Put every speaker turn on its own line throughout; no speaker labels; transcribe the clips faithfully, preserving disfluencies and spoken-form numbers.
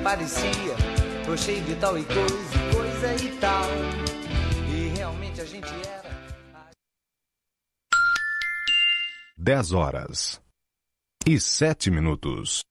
parecia. Tô cheio de tal e coisa, coisa e tal. E realmente a gente era.
Dez horas e sete minutos.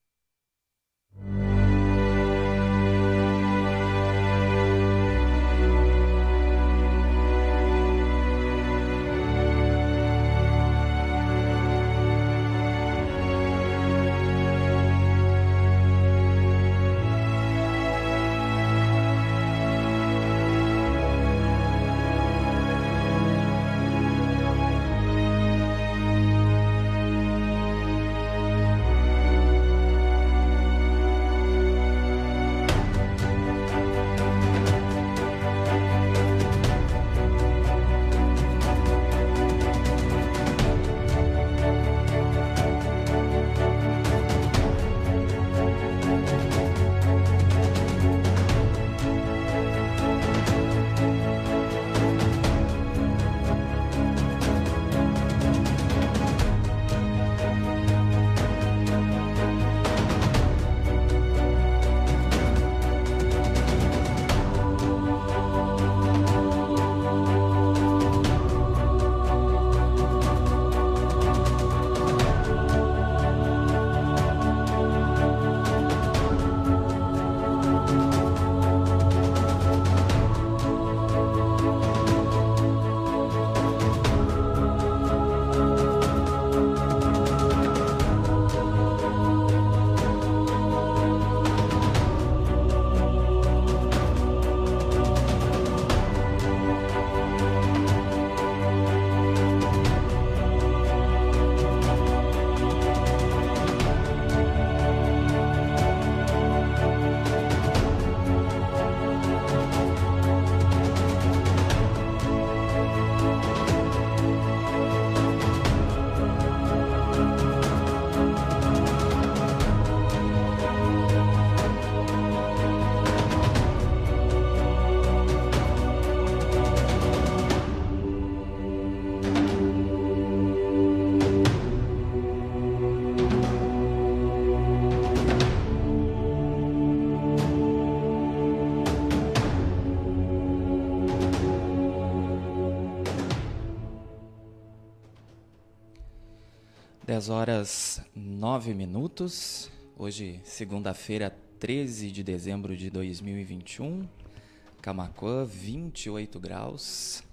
dez horas nove minutos, hoje segunda-feira, treze de dezembro de dois mil e vinte e um, Camaquã, vinte e oito graus,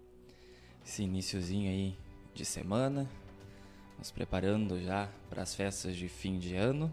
esse iniciozinho aí de semana, nos preparando já para as festas de fim de ano.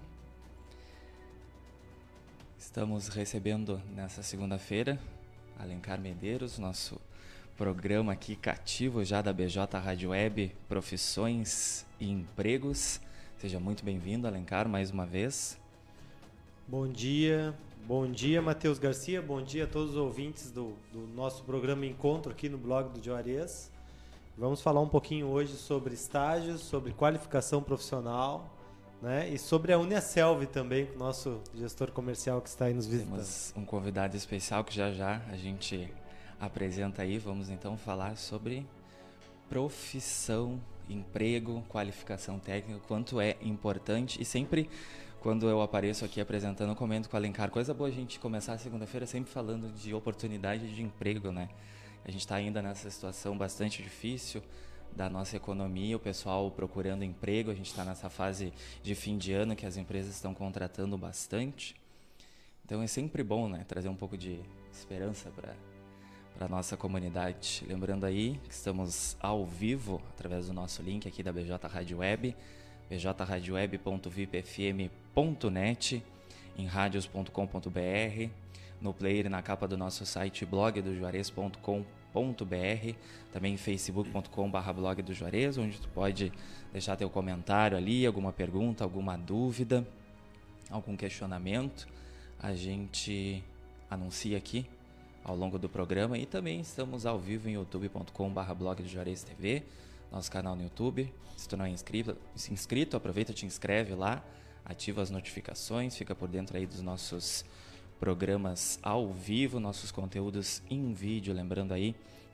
Estamos recebendo nessa segunda-feira Alencar Medeiros, nosso programa aqui cativo já da B J Rádio Web, Profissões e Empregos. Seja muito bem-vindo, Alencar, mais uma vez.
Bom dia, bom dia, Matheus Garcia, bom dia a todos os ouvintes do, do nosso programa Encontro aqui no blog do Juarez. Vamos falar um pouquinho hoje sobre estágios, sobre qualificação profissional, né? E sobre a Uniaselv também, com o nosso gestor comercial que está aí nos visitando.
Temos um convidado especial que já já a gente apresenta aí. Vamos então falar sobre profissão, emprego, qualificação técnica, quanto é importante. E sempre quando eu apareço aqui apresentando, eu comento com o Alencar, coisa boa a gente começar a segunda-feira sempre falando de oportunidade de emprego, né? A gente está ainda nessa situação bastante difícil da nossa economia, o pessoal procurando emprego, a gente está nessa fase de fim de ano que as empresas estão contratando bastante. Então é sempre bom, né, trazer um pouco de esperança para para a nossa comunidade. Lembrando aí que estamos ao vivo através do nosso link aqui da B J Rádio Web, b j radio web ponto vip f m ponto net, em radios ponto com ponto b r, no player e na capa do nosso site blog do juarez ponto com ponto b r, também em facebook ponto com barra blog do Juarez, onde tu pode deixar teu comentário ali, alguma pergunta, alguma dúvida, algum questionamento. A gente anuncia aqui ao longo do programa e também estamos ao vivo em youtube ponto com barra blog do Juarez T V, nosso canal no YouTube. Se tu não é inscrito, se inscrito, aproveita, te inscreve lá, ativa as notificações, fica por dentro aí dos nossos programas ao vivo, nossos conteúdos em vídeo. Lembrando aí que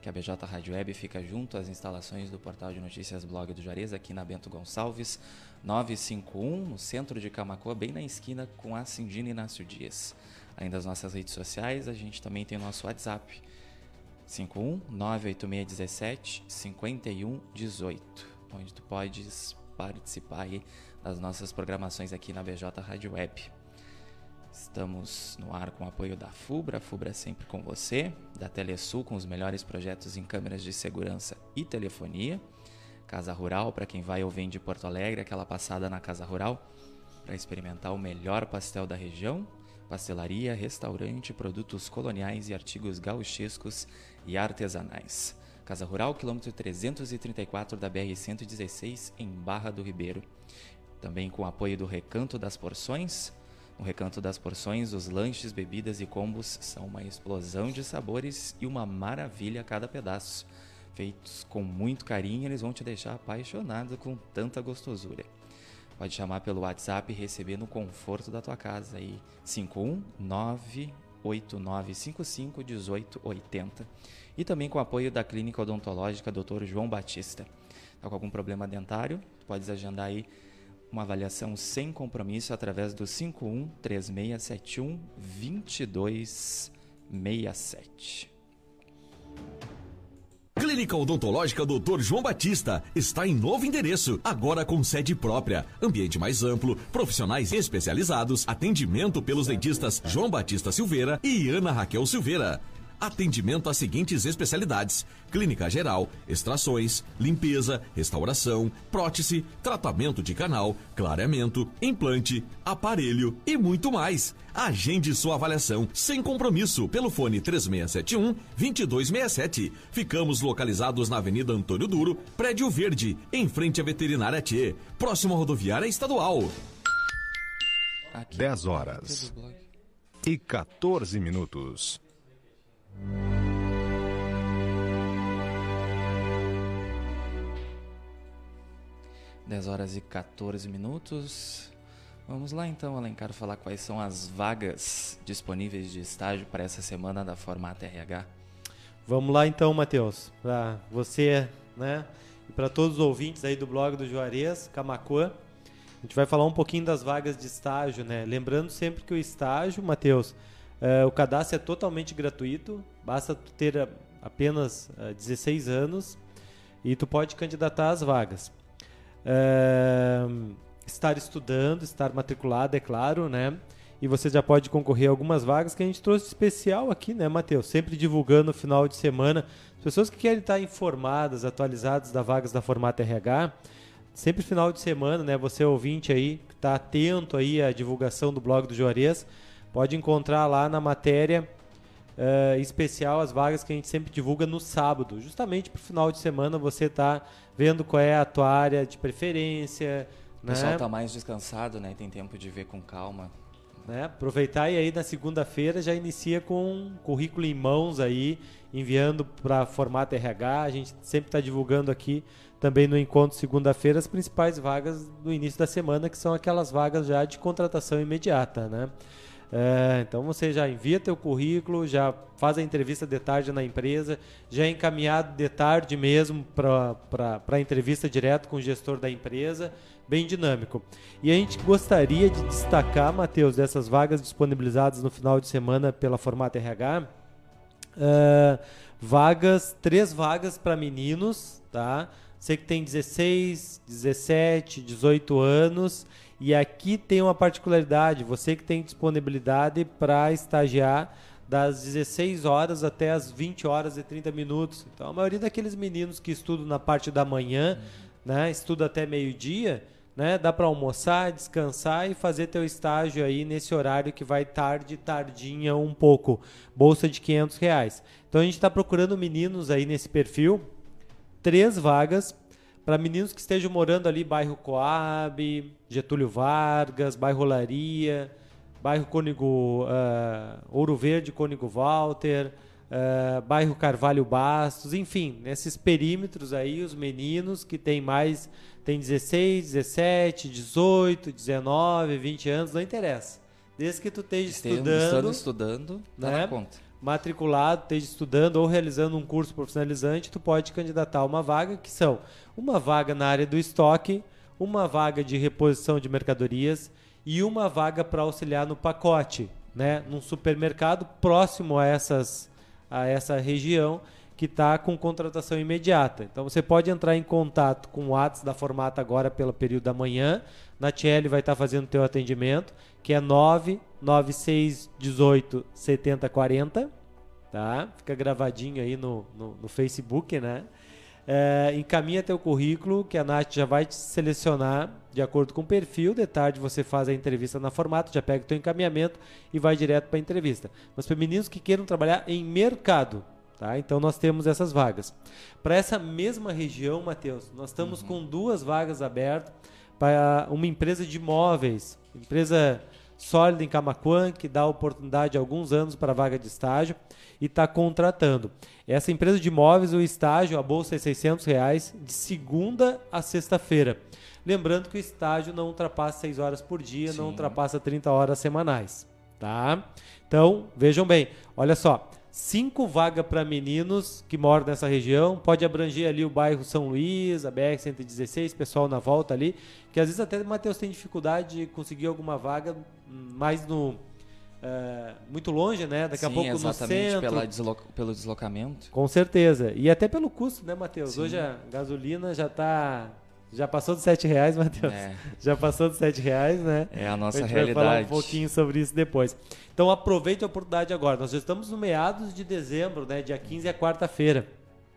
que a B J Rádio Web fica junto às instalações do portal de notícias Blog do Juarez, aqui na Bento Gonçalves, novecentos e cinquenta e um, no centro de Camaquã, bem na esquina com a Cindina Inácio Dias. Além das nossas redes sociais, a gente também tem o nosso WhatsApp, cinco um nove oito seis um sete cinco um um oito, onde tu podes participar aí das nossas programações aqui na B J Rádio Web. Estamos no ar com o apoio da FUBRA, FUBRA sempre com você, da Telesul com os melhores projetos em câmeras de segurança e telefonia, Casa Rural para quem vai ou vem de Porto Alegre, aquela passada na Casa Rural para experimentar o melhor pastel da região, pastelaria, restaurante, produtos coloniais e artigos gauchescos e artesanais. Casa Rural, quilômetro trezentos e trinta e quatro da B R cento e dezesseis, em Barra do Ribeiro. Também com o apoio do Recanto das Porções. No Recanto das Porções, os lanches, bebidas e combos são uma explosão de sabores e uma maravilha a cada pedaço. Feitos com muito carinho, eles vão te deixar apaixonado com tanta gostosura. Pode chamar pelo WhatsApp e receber no conforto da tua casa aí, cinco um nove oito nove cinco cinco um oito oito zero. E também com o apoio da Clínica Odontológica doutor João Batista. Tá com algum problema dentário? Podes agendar aí uma avaliação sem compromisso através do cinco um três seis sete um dois dois seis sete.
Clínica Odontológica doutor João Batista está em novo endereço, agora com sede própria, ambiente mais amplo, profissionais especializados, atendimento pelos dentistas João Batista Silveira e Ana Raquel Silveira. Atendimento às seguintes especialidades: clínica geral, extrações, limpeza, restauração, prótese, tratamento de canal, clareamento, implante, aparelho e muito mais. Agende sua avaliação sem compromisso pelo fone três seis sete um dois dois seis sete. Ficamos localizados na Avenida Antônio Duro, Prédio Verde, em frente à Veterinária Tchê, próximo à rodoviária estadual.
Aqui,
dez horas e quatorze minutos.
dez horas e quatorze minutos. Vamos lá então, Alencar, falar quais são as vagas disponíveis de estágio para essa semana da Formata R H.
Vamos lá então, Matheus, para você, né, e para todos os ouvintes aí do blog do Juarez, Camaquã. A gente vai falar um pouquinho das vagas de estágio, né? Lembrando sempre que o estágio, Matheus, Uh, o cadastro é totalmente gratuito, basta tu ter uh, apenas uh, dezesseis anos e tu pode candidatar às vagas. Uh, estar estudando, estar matriculado, é claro, né? E você já pode concorrer a algumas vagas que a gente trouxe especial aqui, né, Matheus? Sempre divulgando no final de semana. As pessoas que querem estar informadas, atualizadas das vagas da Formata R H, sempre final de semana, né? Você ouvinte aí, que está atento aí à divulgação do blog do Juarez, pode encontrar lá na matéria uh, especial as vagas que a gente sempre divulga no sábado. Justamente para o final de semana você está vendo qual é a tua área de preferência.
O pessoal está mais descansado, né? Tem tempo de ver com calma.
Né? Aproveitar e aí na segunda-feira já inicia com um currículo em mãos aí, enviando para Formata R H. A gente sempre está divulgando aqui também no encontro segunda-feira as principais vagas do início da semana, que são aquelas vagas já de contratação imediata, né? É, então você já envia teu currículo, já faz a entrevista de tarde na empresa, já é encaminhado de tarde mesmo para a entrevista direto com o gestor da empresa, bem dinâmico. E a gente gostaria de destacar, Matheus, dessas vagas disponibilizadas no final de semana pela Formata R H, uh, vagas, três vagas para meninos, tá? Você que tem dezesseis, dezessete, dezoito anos. E aqui tem uma particularidade, você que tem disponibilidade para estagiar das dezesseis horas até as vinte horas e trinta minutos. Então a maioria daqueles meninos que estudam na parte da manhã, uhum. né, estuda até meio-dia, né, dá para almoçar, descansar e fazer teu estágio aí nesse horário que vai tarde, tardinha um pouco. Bolsa de quinhentos reais. Então a gente está procurando meninos aí nesse perfil, três vagas, para meninos que estejam morando ali, bairro Coab, Getúlio Vargas, bairro Olaria, bairro Cônigo, uh, Ouro Verde, Cônigo Walter, uh, bairro Carvalho Bastos, enfim, nesses perímetros aí, os meninos que tem mais, tem dezesseis, dezessete, dezoito, dezenove, vinte anos, não interessa. Desde que tu esteja estudando,
estudando, tá
né?
na conta.
matriculado, esteja estudando ou realizando um curso profissionalizante, tu pode candidatar a uma vaga, que são uma vaga na área do estoque, uma vaga de reposição de mercadorias e uma vaga para auxiliar no pacote, né, num supermercado próximo a, essas, a essa região que está com contratação imediata. Então você pode entrar em contato com o WhatsApp da Formata agora pelo período da manhã. Na Tiele vai estar tá fazendo o teu atendimento, que é nove nove seis um oito sete zero quatro zero, tá? Fica gravadinho aí no, no, no Facebook, né? É, encaminha teu currículo, que a Nath já vai te selecionar de acordo com o perfil. De tarde você faz a entrevista na Formata, já pega o teu encaminhamento e vai direto para a entrevista. Mas para meninos que queiram trabalhar em mercado, tá? Então nós temos essas vagas. Para essa mesma região, Matheus, nós estamos uhum. com duas vagas abertas para uma empresa de imóveis, empresa sólida em Camaquã, que dá oportunidade há alguns anos para vaga de estágio e está contratando. Essa empresa de imóveis, o estágio, a bolsa é seiscentos reais de segunda a sexta-feira. Lembrando que o estágio não ultrapassa seis horas por dia, Sim. não ultrapassa trinta horas semanais. Tá? Então, vejam bem, olha só, cinco vagas para meninos que moram nessa região, pode abranger ali o bairro São Luís, a B R cento e dezesseis, pessoal na volta ali, que às vezes até o Matheus tem dificuldade de conseguir alguma vaga mais no... Uh, muito longe, né? Daqui
Sim,
a pouco no centro.
Pela desloca, pelo deslocamento.
Com certeza. E até pelo custo, né, Matheus?
Sim.
Hoje a gasolina já tá... Já passou dos sete reais, Matheus?
É.
Já passou dos sete reais, né?
É a nossa
a gente
realidade.
vai falar um pouquinho sobre isso depois. Então aproveite a oportunidade agora. Nós já estamos no meados de dezembro, né? Dia quinze é quarta-feira.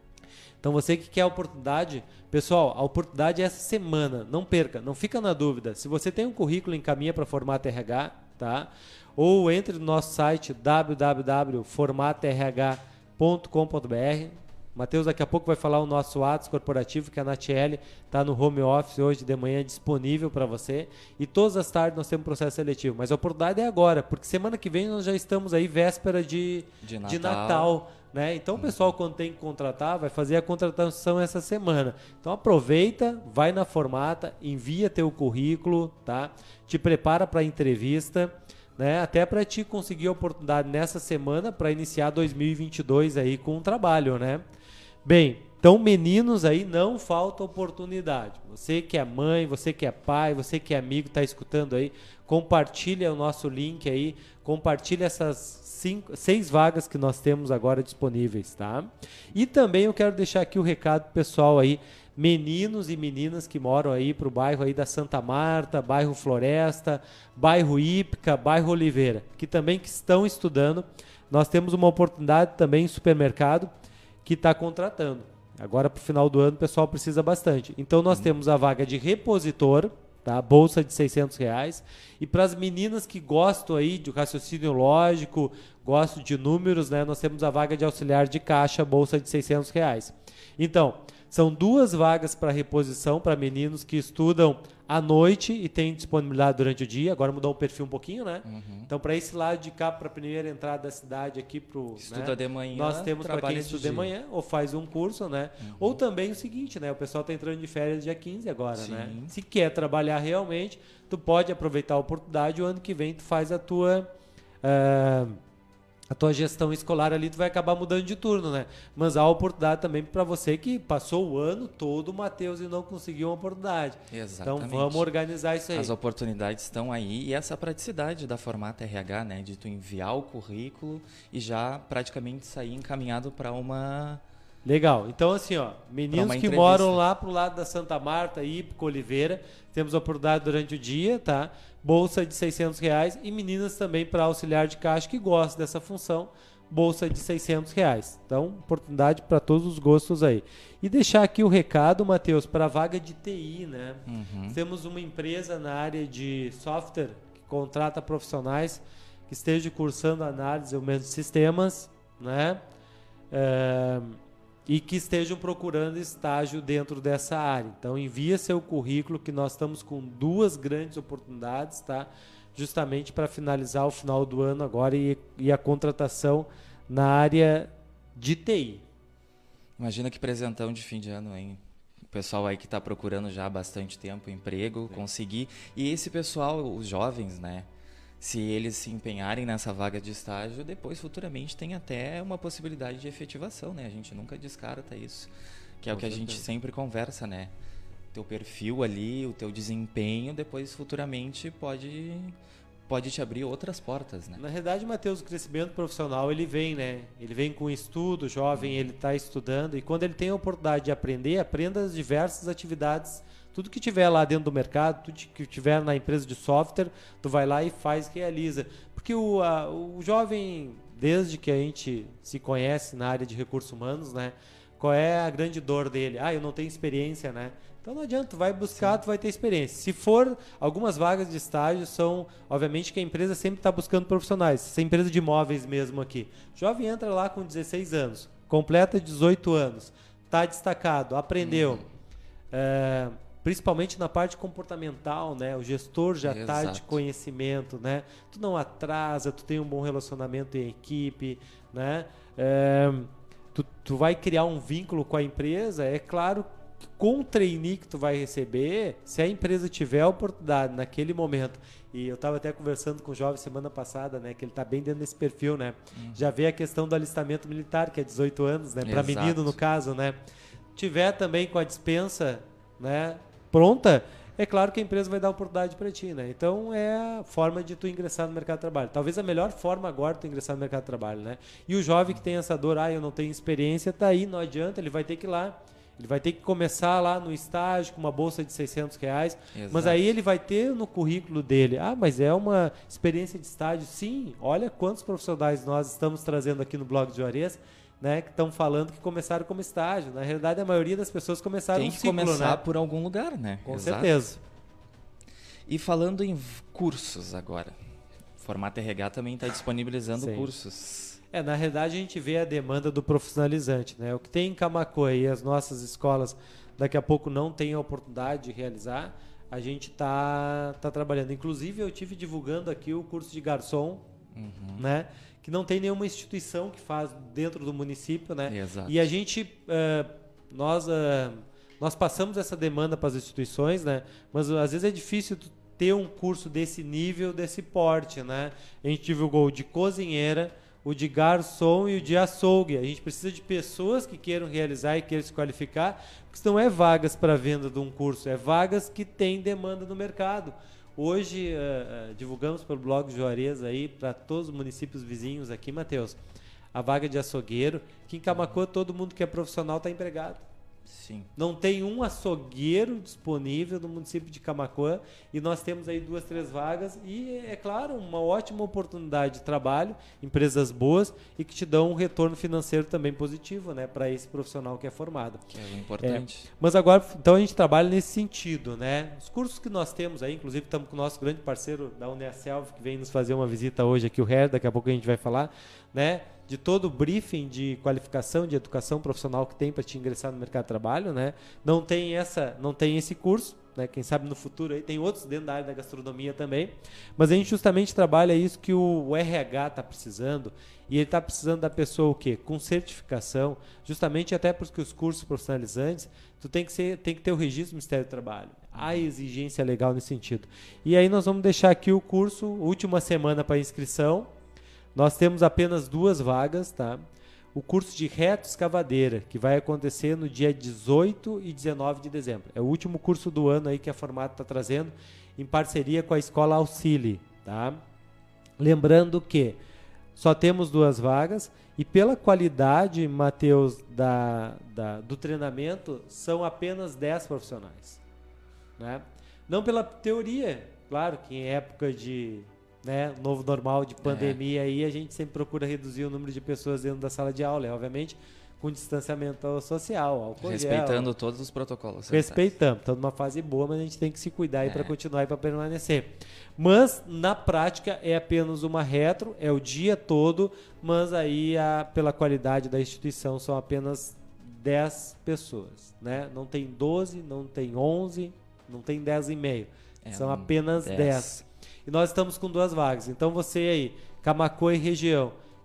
Então você que quer a oportunidade, pessoal, a oportunidade é essa semana. Não perca, não fica na dúvida. Se você tem um currículo, encaminha para Formata R H, tá? Ou entre no nosso site w w w ponto formata r h ponto com ponto b r. Matheus daqui a pouco vai falar o nosso WhatsApp corporativo, que a Natiele está no home office hoje de manhã disponível para você. E todas as tardes nós temos processo seletivo. Mas a oportunidade é agora, porque semana que vem nós já estamos aí véspera de,
de Natal.
De Natal, né? Então o pessoal, quando tem que contratar, vai fazer a contratação essa semana. Então aproveita, vai na Formata, envia teu currículo, tá? Te prepara para a entrevista, né? Até para te conseguir a oportunidade nessa semana para iniciar dois mil e vinte e dois aí com um trabalho, né? Bem, então meninos aí, não falta oportunidade. Você que é mãe, você que é pai, você que é amigo, está escutando aí, compartilha o nosso link aí, compartilha essas cinco, seis vagas que nós temos agora disponíveis, tá? E também eu quero deixar aqui o recado pro pessoal aí, meninos e meninas que moram aí pro bairro aí da Santa Marta, bairro Floresta, bairro Ípica, bairro Oliveira, que também que estão estudando. Nós temos uma oportunidade também em supermercado que está contratando. Agora, para o final do ano, o pessoal precisa bastante. Então, nós uhum. temos a vaga de repositor, tá? Bolsa de seiscentos reais. E para as meninas que gostam aí de raciocínio lógico, gostam de números, né? Nós temos a vaga de auxiliar de caixa, bolsa de seiscentos reais. Então, são duas vagas para reposição para meninos que estudam à noite e têm disponibilidade durante o dia. Agora mudou o perfil um pouquinho, né? Uhum. Então, para esse lado de cá, para a primeira entrada da cidade aqui pro,
estuda
né?
de manhã,
nós temos para quem estuda de manhã ou faz um curso, né? Uhum. Ou também o seguinte, né? O pessoal está entrando de férias dia quinze agora, Sim. né? Se quer trabalhar realmente, tu pode aproveitar a oportunidade. O ano que vem tu faz a tua uh, a tua gestão escolar ali, tu vai acabar mudando de turno, né? Mas há oportunidade também para você que passou o ano todo, Matheus, e não conseguiu uma oportunidade.
Exatamente.
Então vamos organizar isso aí.
As oportunidades estão aí e essa praticidade da Formata R H, né? De tu enviar o currículo e já praticamente sair encaminhado para uma...
Legal. Então, assim, ó, meninos que moram lá pro lado da Santa Marta, Ípica, Oliveira, temos oportunidade durante o dia, tá? Bolsa de seiscentos reais e meninas também para auxiliar de caixa que gostam dessa função, bolsa de seiscentos reais. Então, oportunidade para todos os gostos aí. E deixar aqui o recado, Matheus, para a vaga de T I, né? Uhum. Temos uma empresa na área de software que contrata profissionais que estejam cursando análise ou mesmo sistemas, né? É... e que estejam procurando estágio dentro dessa área. Então, envia seu currículo, que nós estamos com duas grandes oportunidades, tá? Justamente para finalizar o final do ano agora e, e a contratação na área de T I.
Imagina que presentão de fim de ano, hein? O pessoal aí que está procurando já há bastante tempo emprego, é. conseguir. E esse pessoal, os jovens, né? se eles se empenharem nessa vaga de estágio, depois futuramente tem até uma possibilidade de efetivação, né? A gente nunca descarta isso, que é o que a gente sempre conversa, né? Teu perfil ali, o teu desempenho, depois futuramente pode, pode te abrir outras portas, né?
Na realidade, Matheus, o crescimento profissional, ele vem, né? Ele vem com estudo, jovem, ele está estudando, e quando ele tem a oportunidade de aprender, aprenda as diversas atividades. Tudo que tiver lá dentro do mercado, tudo que tiver na empresa de software, tu vai lá e faz, realiza. Porque o, a, o jovem, desde que a gente se conhece na área de recursos humanos, né? Qual é a grande dor dele? Ah, eu não tenho experiência, né? Então não adianta, tu vai buscar, Sim. tu vai ter experiência. Se for, algumas vagas de estágio são, obviamente que a empresa sempre está buscando profissionais. Essa empresa de imóveis mesmo aqui. O jovem entra lá com dezesseis anos, completa dezoito anos, está destacado, aprendeu. Uhum. É, principalmente na parte comportamental, né? O gestor já está de conhecimento, né? Tu não atrasa, tu tem um bom relacionamento em equipe, né? É, tu, tu vai criar um vínculo com a empresa, é claro que com o trainee que tu vai receber, se a empresa tiver a oportunidade naquele momento, e eu estava até conversando com o jovem semana passada, né? Que ele está bem dentro desse perfil, né? Uhum. Já vê a questão do alistamento militar, que é dezoito anos, né? Para menino, no caso, né? Tiver também com a dispensa, né? Pronta, é claro que a empresa vai dar oportunidade para ti, né? Então é a forma de tu ingressar no mercado de trabalho. Talvez a melhor forma agora de tu ingressar no mercado de trabalho, né? E o jovem que tem essa dor, ah, eu não tenho experiência, tá aí, não adianta, ele vai ter que ir lá. Ele vai ter que começar lá no estágio com uma bolsa de seiscentos reais, Exato. Mas aí ele vai ter no currículo dele, ah, mas é uma experiência de estágio. Sim, olha quantos profissionais nós estamos trazendo aqui no blog de Juarez, né, que estão falando que começaram como estágio. Na realidade, a maioria das pessoas começaram
Tem
um
que
ciclo,
começar
né?
por algum lugar, né?
Com
Exato.
certeza.
E falando em cursos agora, o Formata R H também está disponibilizando Sim. cursos.
É, na realidade, a gente vê a demanda do profissionalizante, né? O que tem em Camaquã e as nossas escolas daqui a pouco não têm a oportunidade de realizar, a gente está tá trabalhando. Inclusive, eu tive divulgando aqui o curso de garçom, uhum. né? Que não tem nenhuma instituição que faz dentro do município, né?
Exato.
E a gente, uh, nós, uh, nós passamos essa demanda para as instituições, né? Mas às vezes é difícil ter um curso desse nível, desse porte, né? A gente divulgou o de cozinheira, o de garçom e o de açougue. A gente precisa de pessoas que queiram realizar e queiram se qualificar, porque isso não é vagas para venda de um curso, é vagas que têm demanda no mercado. Hoje, uh, uh, divulgamos pelo blog Juarez aí para todos os municípios vizinhos aqui, Matheus, a vaga de açougueiro, que em Camaquã todo mundo que é profissional está empregado.
Sim.
Não tem um açougueiro disponível no município de Camaquã e nós temos aí duas, três vagas e, é claro, uma ótima oportunidade de trabalho, empresas boas e que te dão um retorno financeiro também positivo, né, para esse profissional que é formado.
Que é importante.
É, mas agora, então a gente trabalha nesse sentido, né? Os cursos que nós temos aí, inclusive estamos com o nosso grande parceiro da Uneselv, que vem nos fazer uma visita hoje aqui, o Her, daqui a pouco a gente vai falar, né? De todo o briefing de qualificação, de educação profissional que tem para te ingressar no mercado de trabalho, né? Não tem essa, não tem esse curso, né? Quem sabe no futuro aí tem outros dentro da área da gastronomia também, mas a gente justamente trabalha isso que o R H está precisando, e ele está precisando da pessoa o quê? Com certificação, justamente até porque os cursos profissionalizantes, tu tem que ser, tem que ter o registro do Ministério do Trabalho. Há exigência legal nesse sentido. E aí nós vamos deixar aqui o curso, última semana para inscrição. Nós temos apenas duas vagas, tá? O curso de reto escavadeira, que vai acontecer no dia dezoito e dezenove de dezembro. É o último curso do ano aí que a Formato está trazendo, em parceria com a Escola Auxili, tá? Lembrando que só temos duas vagas e pela qualidade, Matheus, da, da, do treinamento, são apenas dez profissionais, né? Não pela teoria, claro que em época de... né, novo normal de pandemia, é. Aí a gente sempre procura reduzir o número de pessoas dentro da sala de aula, é, obviamente com distanciamento social, álcool
respeitando
gel,
todos os protocolos.
Respeitamos, estamos numa fase boa, mas a gente tem que se cuidar é. para continuar e para permanecer. Mas na prática é apenas uma retro, é o dia todo, mas aí a, pela qualidade da instituição são apenas dez pessoas, né? Não tem doze, não tem onze, não tem dez e meio, é, são apenas dez. E nós estamos com duas vagas. Então você aí, Camaquã e região,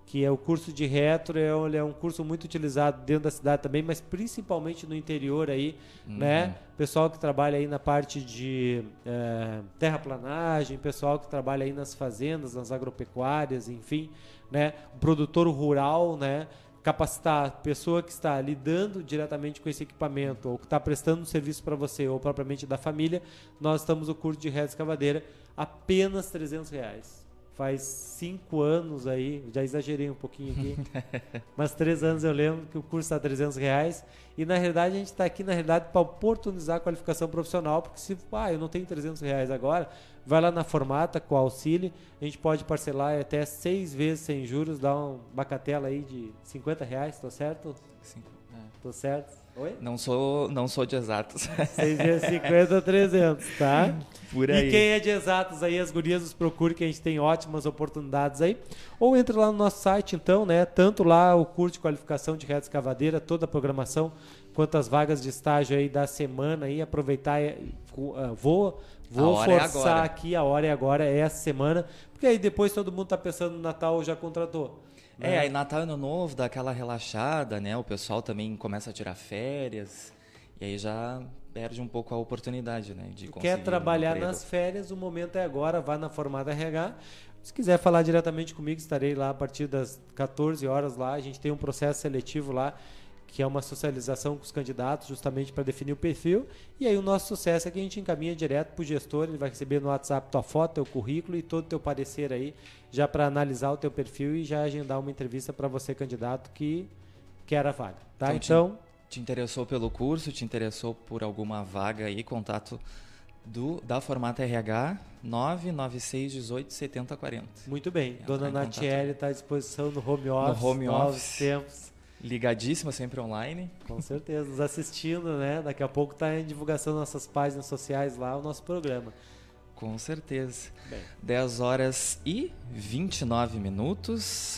que é o curso de retro, é, é um curso muito utilizado dentro da cidade também, mas principalmente no interior aí, uhum. né? Pessoal que trabalha aí na parte de é, terraplanagem, pessoal que trabalha aí nas fazendas, nas agropecuárias, enfim, né? O produtor rural, né? Capacitar a pessoa que está lidando diretamente com esse equipamento ou que está prestando um serviço para você ou propriamente da família, nós estamos no curso de reta escavadeira apenas trezentos reais. Faz cinco anos aí, já exagerei um pouquinho aqui, mas três anos eu lembro que o curso está trezentos reais e na realidade a gente está aqui na realidade para oportunizar a qualificação profissional, porque se ah, eu não tenho trezentos reais agora, vai lá na Formata com auxílio, a gente pode parcelar até seis vezes sem juros, dá uma bacatela aí de cinquenta reais, tô certo?
Cinco, é.
Tô certo? Oi?
Não sou, não sou de exatos.
seis vezes cinquenta, trezentos, tá?
Por aí.
E quem é de exatos aí, as gurias nos procure, que a gente tem ótimas oportunidades aí. Ou entre lá no nosso site, então, né? Tanto lá o curso de qualificação de reta escavadeira, toda a programação, quanto as vagas de estágio aí da semana aí, aproveitar, uh, vou, vou forçar é aqui, a hora é agora, é essa semana, porque aí depois todo mundo tá pensando no Natal, já contratou.
É, né? Aí Natal e Ano Novo dá aquela relaxada, né? O pessoal também começa a tirar férias e aí já perde um pouco a oportunidade, né? De conseguir
Quer trabalhar
um
nas férias, o momento é agora, vá na Formata R H. Se quiser falar diretamente comigo, estarei lá a partir das quatorze horas lá. A gente tem um processo seletivo lá, que é uma socialização com os candidatos, justamente para definir o perfil. E aí o nosso sucesso é que a gente encaminha direto para o gestor, ele vai receber no WhatsApp tua foto, teu currículo e todo o teu parecer aí, já para analisar o teu perfil e já agendar uma entrevista para você, candidato, que quer a vaga. Tá?
Então, então te, te interessou pelo curso, te interessou por alguma vaga aí, contato do, da Formata R H, nove nove seis, dezoito, setenta, quarenta.
Muito bem. Ela Dona tá Natiele está à disposição no home office,
no home
novos
office.
tempos.
Ligadíssima, sempre online.
Com certeza, nos assistindo, né? Daqui a pouco está em divulgação nas nossas páginas sociais lá, o nosso programa.
Com certeza.
Bem.
dez horas e vinte e nove minutos.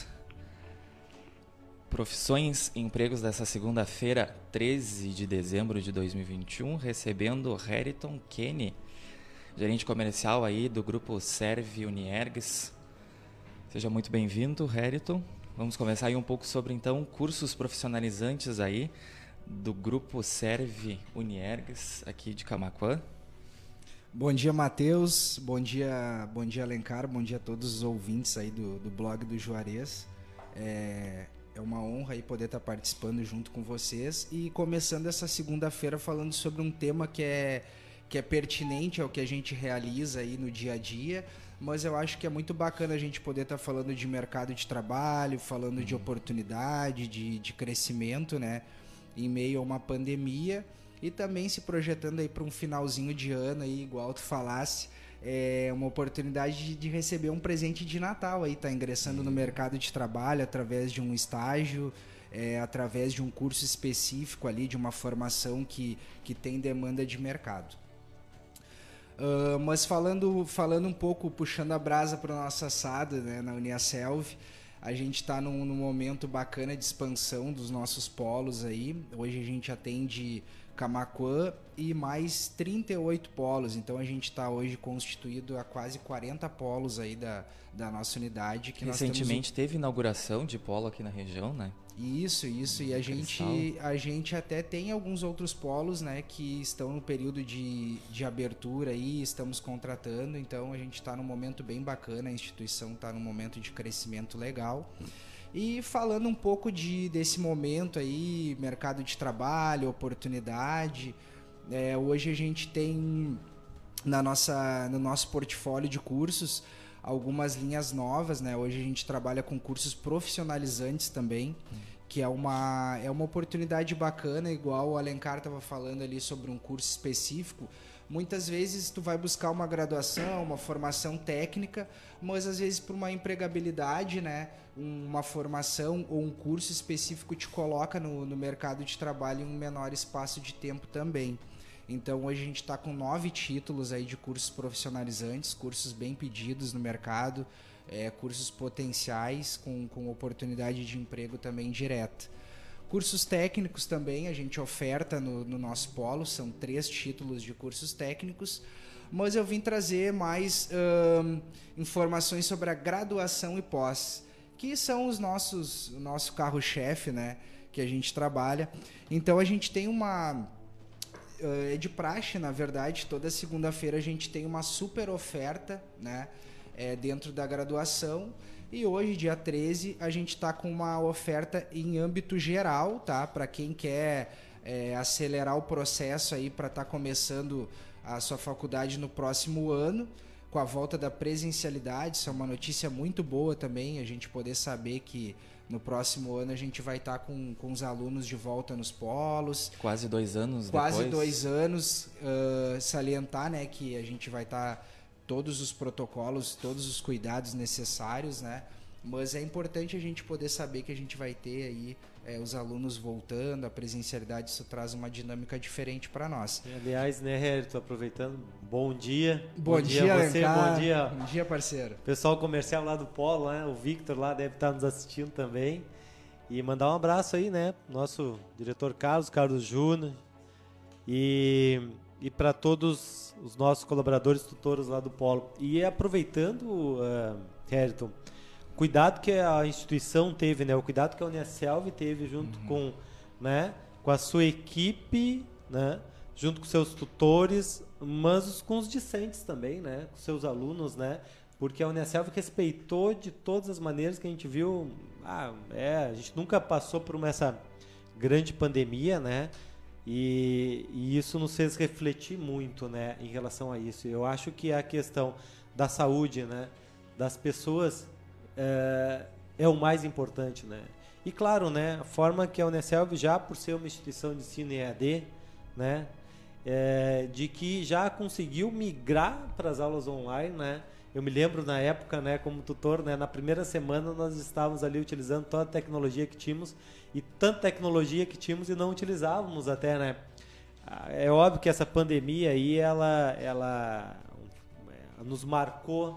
Profissões e empregos dessa segunda-feira, treze de dezembro de dois mil e vinte e um, recebendo Heriton Kenny, gerente comercial aí do grupo Serve Uniergs. Seja muito bem-vindo, Heriton. Vamos começar aí um pouco sobre, então, cursos profissionalizantes aí do grupo Serve Uniergs aqui de Camaquã.
Bom dia, Matheus. Bom dia, bom dia, Alencar. Bom dia a todos os ouvintes aí do, do blog do Juarez. É, é uma honra aí poder estar participando junto com vocês e começando essa segunda-feira falando sobre um tema que é, que é pertinente ao que a gente realiza aí no dia a dia, mas eu acho que é muito bacana a gente poder estar falando de mercado de trabalho, falando de oportunidade, de, de crescimento, né, em meio a uma pandemia e também se projetando aí para um finalzinho de ano aí, igual tu falasse, é uma oportunidade de, de receber um presente de Natal aí, tá ingressando no mercado de trabalho através de um estágio, é, através de um curso específico ali, de uma formação que, que tem demanda de mercado. Uh, mas falando, falando um pouco, puxando a brasa para o nosso assado, né, na Uniaselv, a gente está num, num momento bacana de expansão dos nossos polos aí. Hoje a gente atende Camaquã e mais trinta e oito polos, então a gente está hoje constituído a quase quarenta polos aí da, da nossa unidade. Que
recentemente
nós temos...
teve inauguração de polo aqui na região, né?
Isso, isso, e a gente, a gente até tem alguns outros polos, né, que estão no período de, de abertura aí, estamos contratando, então a gente está num momento bem bacana, a instituição está num momento de crescimento legal. E falando um pouco de, desse momento aí, mercado de trabalho, oportunidade, é, hoje a gente tem na nossa, no nosso portfólio de cursos algumas linhas novas, né? Hoje a gente trabalha com cursos profissionalizantes também, que é uma, é uma oportunidade bacana, igual o Alencar estava falando ali sobre um curso específico. Muitas vezes tu vai buscar uma graduação, uma formação técnica, mas às vezes por uma empregabilidade, né, uma formação ou um curso específico te coloca no, no mercado de trabalho em um menor espaço de tempo também. Então hoje a gente está com nove títulos aí de cursos profissionalizantes, cursos bem pedidos no mercado, é, cursos potenciais com, com oportunidade de emprego também direta. Cursos técnicos também a gente oferta no, no nosso polo, são três títulos de cursos técnicos, mas eu vim trazer mais hum, informações sobre a graduação e pós, que são os nossos, o nosso carro-chefe, né, que a gente trabalha. Então a gente tem uma... É de praxe, na verdade, toda segunda-feira a gente tem uma super oferta, né, é, dentro da graduação. E hoje, dia treze, a gente está com uma oferta em âmbito geral, tá? Para quem quer é, acelerar o processo aí para estar tá começando a sua faculdade no próximo ano, com a volta da presencialidade. Isso é uma notícia muito boa também, a gente poder saber que no próximo ano a gente vai estar tá com, com os alunos de volta nos polos.
Quase dois anos
Quase
depois.
dois anos. Uh, salientar, né, que a gente vai estar... Tá todos os protocolos, todos os cuidados necessários, né? Mas é importante a gente poder saber que a gente vai ter aí é, os alunos voltando, a presencialidade, isso traz uma dinâmica diferente para nós.
E, aliás, né, Hérito, aproveitando, bom dia.
Bom, bom dia, dia você,
Alencar. Bom dia.
Bom dia, parceiro.
Pessoal comercial lá do Polo, né? O Victor lá deve estar nos assistindo também. E mandar um abraço aí, né? Nosso diretor Carlos, Carlos Júnior. E, e para todos os nossos colaboradores, tutores lá do Polo. E aproveitando, uh, Hérito, cuidado que a instituição teve, né? O cuidado que a Uniaselv teve junto uhum. com, né? com a sua equipe, né? Junto com seus tutores, mas com os discentes também, né? Com seus alunos, né? Porque a Uniaselv respeitou de todas as maneiras que a gente viu. Ah, é, a gente nunca passou por uma, essa grande pandemia, né? E, e isso nos fez refletir muito, né, em relação a isso. Eu acho que a questão da saúde, né, das pessoas é, é o mais importante, né. E claro, né, a forma que a Uniaselv, já por ser uma instituição de ensino E A D, né, é, de que já conseguiu migrar para as aulas online, né. Eu me lembro na época, né, como tutor, né, na primeira semana nós estávamos ali utilizando toda a tecnologia que tínhamos, e tanta tecnologia que tínhamos e não utilizávamos até, né? É óbvio que essa pandemia aí, ela, ela nos marcou,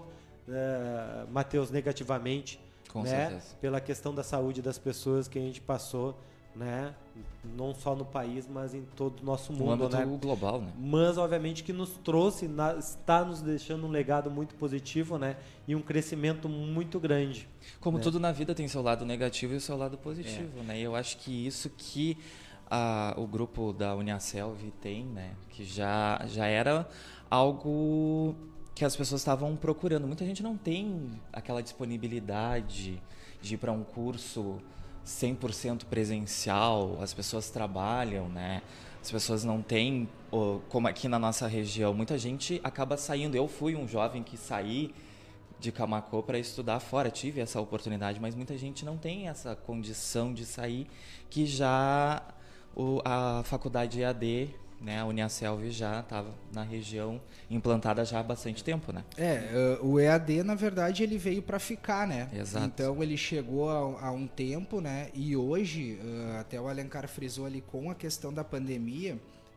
uh, Matheus, negativamente,
com
né?
certeza.
Pela questão da saúde das pessoas que a gente passou, né? Não só no país, mas em todo o nosso mundo,
no âmbito
né?
global, né?
Mas obviamente que nos trouxe, na, está nos deixando um legado muito positivo, né? E um crescimento muito grande.
Como
né?
tudo na vida tem seu lado negativo e o seu lado positivo, é. né? E eu acho que isso que a, o grupo da Uniaselv tem, né? Que já, já era algo que as pessoas estavam procurando. Muita gente não tem aquela disponibilidade de ir para um curso cem por cento presencial, as pessoas trabalham, né? As pessoas não têm, como aqui na nossa região, muita gente acaba saindo. Eu fui um jovem que saí de Camacô para estudar fora, tive essa oportunidade, mas muita gente não tem essa condição de sair, que já o, a faculdade E A D, né, a Uniaselv já estava na região implantada já há bastante tempo, né?
É, uh, o E A D, na verdade, ele veio para ficar, né?
Exato.
Então, ele chegou há, há um tempo, né? E hoje, uh, até o Alencar frisou ali com a questão da pandemia,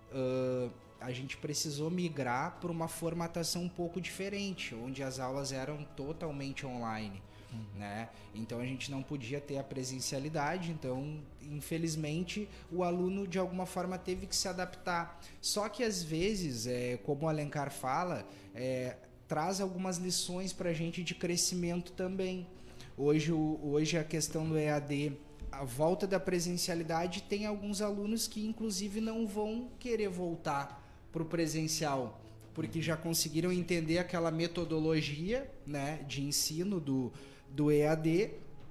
uh, a gente precisou migrar para uma formatação um pouco diferente, onde as aulas eram totalmente online. Né? Então a gente não podia ter a presencialidade, então infelizmente o aluno de alguma forma teve que se adaptar. Só que às vezes, é, como o Alencar fala, é, traz algumas lições para a gente de crescimento também. Hoje, o, hoje a questão do E A D, a volta da presencialidade, tem alguns alunos que inclusive não vão querer voltar para o presencial, porque já conseguiram entender aquela metodologia, né, de ensino do do E A D,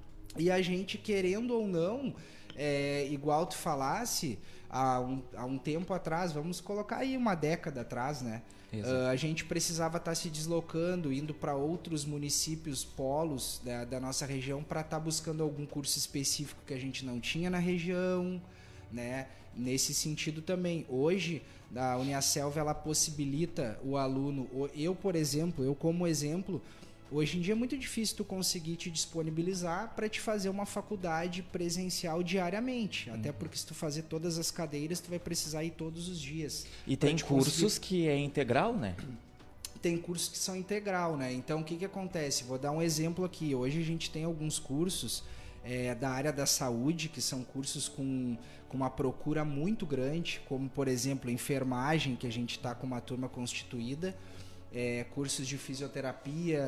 e a gente, querendo ou não, é, igual tu falasse, há um, há um tempo atrás, vamos colocar aí uma década atrás, né? Uh, a gente precisava estar tá se deslocando, indo para outros municípios, polos da, da nossa região, para estar tá buscando algum curso específico que a gente não tinha na região, né? Nesse sentido também, hoje, a Uniaselv, ela possibilita o aluno, eu, por exemplo, eu como exemplo, hoje em dia é muito difícil tu conseguir te disponibilizar para te fazer uma faculdade presencial diariamente. Uhum. Até porque se tu fazer todas as cadeiras, tu vai precisar ir todos os dias.
E tem cursos conseguir... que é integral, né?
Tem cursos que são integral, né? Então, o que que acontece? Vou dar um exemplo aqui. Hoje a gente tem alguns cursos é, da área da saúde, que são cursos com, com uma procura muito grande, como, por exemplo, enfermagem, que a gente está com uma turma constituída, é, cursos de fisioterapia,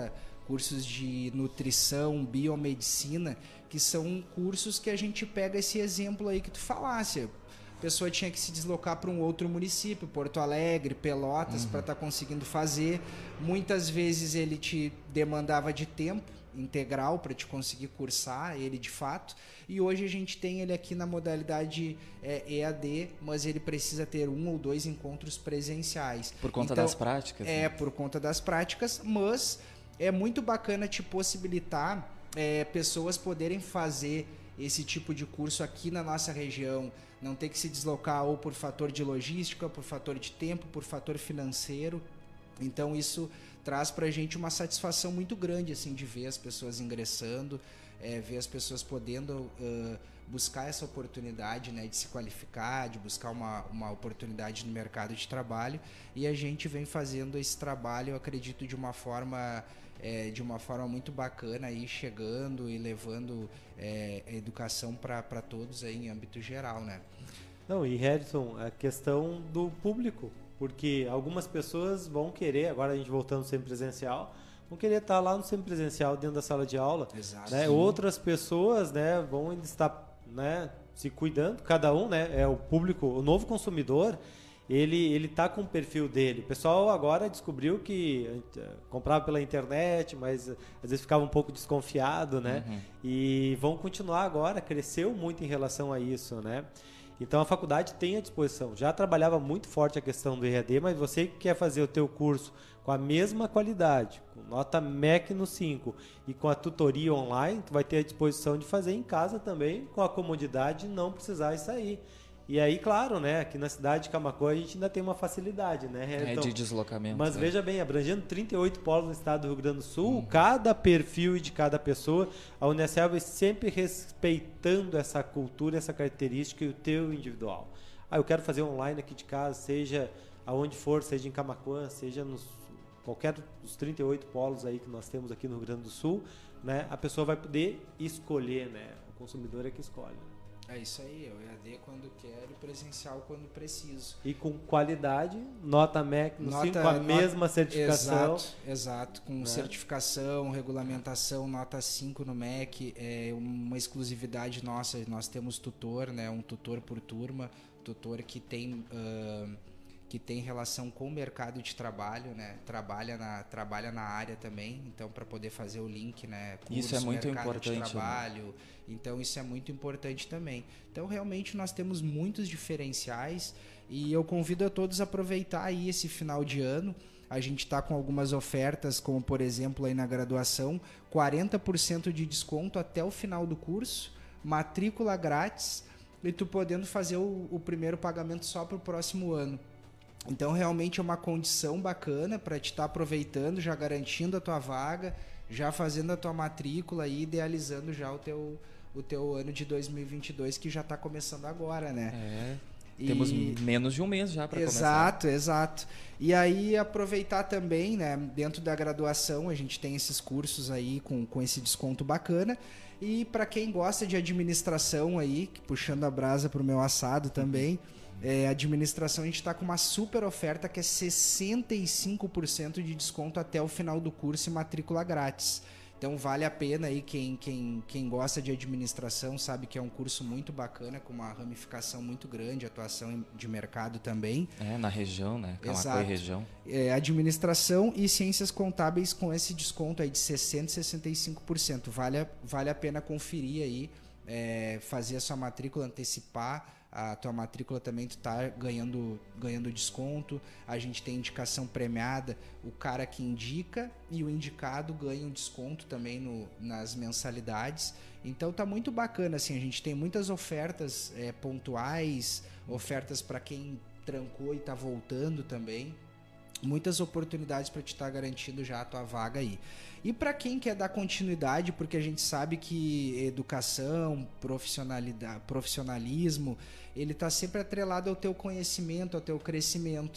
cursos de nutrição, biomedicina, que são cursos que a gente pega esse exemplo aí que tu falasse. A pessoa tinha que se deslocar para um outro município, Porto Alegre, Pelotas, uhum. para estar tá conseguindo fazer. Muitas vezes ele te demandava de tempo integral para te conseguir cursar ele de fato. E hoje a gente tem ele aqui na modalidade é, E A D, mas ele precisa ter um ou dois encontros presenciais.
Por conta
então,
das práticas?
É,
né?
por conta das práticas, mas é muito bacana te possibilitar é, pessoas poderem fazer esse tipo de curso aqui na nossa região, não ter que se deslocar ou por fator de logística, por fator de tempo, por fator financeiro. Então isso traz pra gente uma satisfação muito grande assim, de ver as pessoas ingressando, é, ver as pessoas podendo uh, buscar essa oportunidade, né, de se qualificar, de buscar uma, uma oportunidade no mercado de trabalho. E a gente vem fazendo esse trabalho, eu acredito, de uma forma... É, de uma forma muito bacana, aí, chegando e levando é, a educação para todos aí, em âmbito geral, né?
Não, e Harrison, a questão do público, porque algumas pessoas vão querer, agora a gente voltando sempre presencial, vão querer estar lá no semipresencial dentro da sala de aula.
Exato.
Né? Outras pessoas, né, vão estar, né, se cuidando, cada um, né, é o público, o novo consumidor. Ele ele tá com o perfil dele. O pessoal agora descobriu que comprava pela internet, mas às vezes ficava um pouco desconfiado, né? Uhum. E vão continuar agora, cresceu muito em relação a isso, né? Então a faculdade tem à disposição. Já trabalhava muito forte a questão do E A D, mas você que quer fazer o teu curso com a mesma qualidade, com nota M E C no cinco e com a tutoria online, tu vai ter a disposição de fazer em casa também, com a comodidade de não precisar sair. E aí, claro, né, aqui na cidade de Camaquã a gente ainda tem uma facilidade, né?
É
então,
de deslocamento.
Mas
né?
veja bem, abrangendo trinta e oito polos no estado do Rio Grande do Sul, hum. cada perfil de cada pessoa, a Unicel vai sempre respeitando essa cultura, essa característica e o teu individual. Ah, eu quero fazer online aqui de casa, seja aonde for, seja em Camaquã, seja nos qualquer dos trinta e oito polos aí que nós temos aqui no Rio Grande do Sul, né? A pessoa vai poder escolher, né? O consumidor é que escolhe.
É isso aí, o E A D quando quero e presencial quando preciso.
E com qualidade, nota M E C no
nota,
cinco, com a
nota,
mesma certificação.
Exato, exato com né? certificação, regulamentação, nota cinco no M E C, é uma exclusividade nossa, nós temos tutor, né, um tutor por turma, tutor que tem... Uh, que tem relação com o mercado de trabalho, né? Trabalha na, trabalha na área também, então para poder fazer o link, né? Curso,
isso é muito
mercado
importante.
De trabalho, né? Então isso é muito importante também. Então realmente nós temos muitos diferenciais e eu convido a todos a aproveitar aí esse final de ano. A gente está com algumas ofertas, como por exemplo aí na graduação, quarenta por cento de desconto até o final do curso, matrícula grátis e tu podendo fazer o, o primeiro pagamento só para o próximo ano. Então, realmente é uma condição bacana para te estar aproveitando, já garantindo a tua vaga, já fazendo a tua matrícula e idealizando já o teu, o teu ano de dois mil e vinte e dois, que já está começando agora, né?
É,
e...
temos menos de um mês já para começar.
Exato, exato. E aí, aproveitar também, né? Dentro da graduação, a gente tem esses cursos aí com, com esse desconto bacana. E para quem gosta de administração aí, puxando a brasa para o meu assado também... É, administração, a gente está com uma super oferta que é sessenta e cinco por cento de desconto até o final do curso e matrícula grátis. Então vale a pena aí, quem, quem, quem gosta de administração sabe que é um curso muito bacana, com uma ramificação muito grande, atuação de mercado também.
É, na região, né? Camaquã e região.
É, administração e ciências contábeis com esse desconto aí de sessenta por cento e sessenta e cinco por cento. Vale a, vale a pena conferir aí, é, fazer a sua matrícula, antecipar a tua matrícula também, tu tá ganhando, ganhando desconto. A gente tem indicação premiada, o cara que indica e o indicado ganha um desconto também no, nas mensalidades. Então tá muito bacana, assim, a gente tem muitas ofertas é, pontuais, ofertas para quem trancou e tá voltando também. Muitas oportunidades para te estar garantindo já a tua vaga aí. E para quem quer dar continuidade, porque a gente sabe que educação, profissionalidade, profissionalismo, ele está sempre atrelado ao teu conhecimento, ao teu crescimento.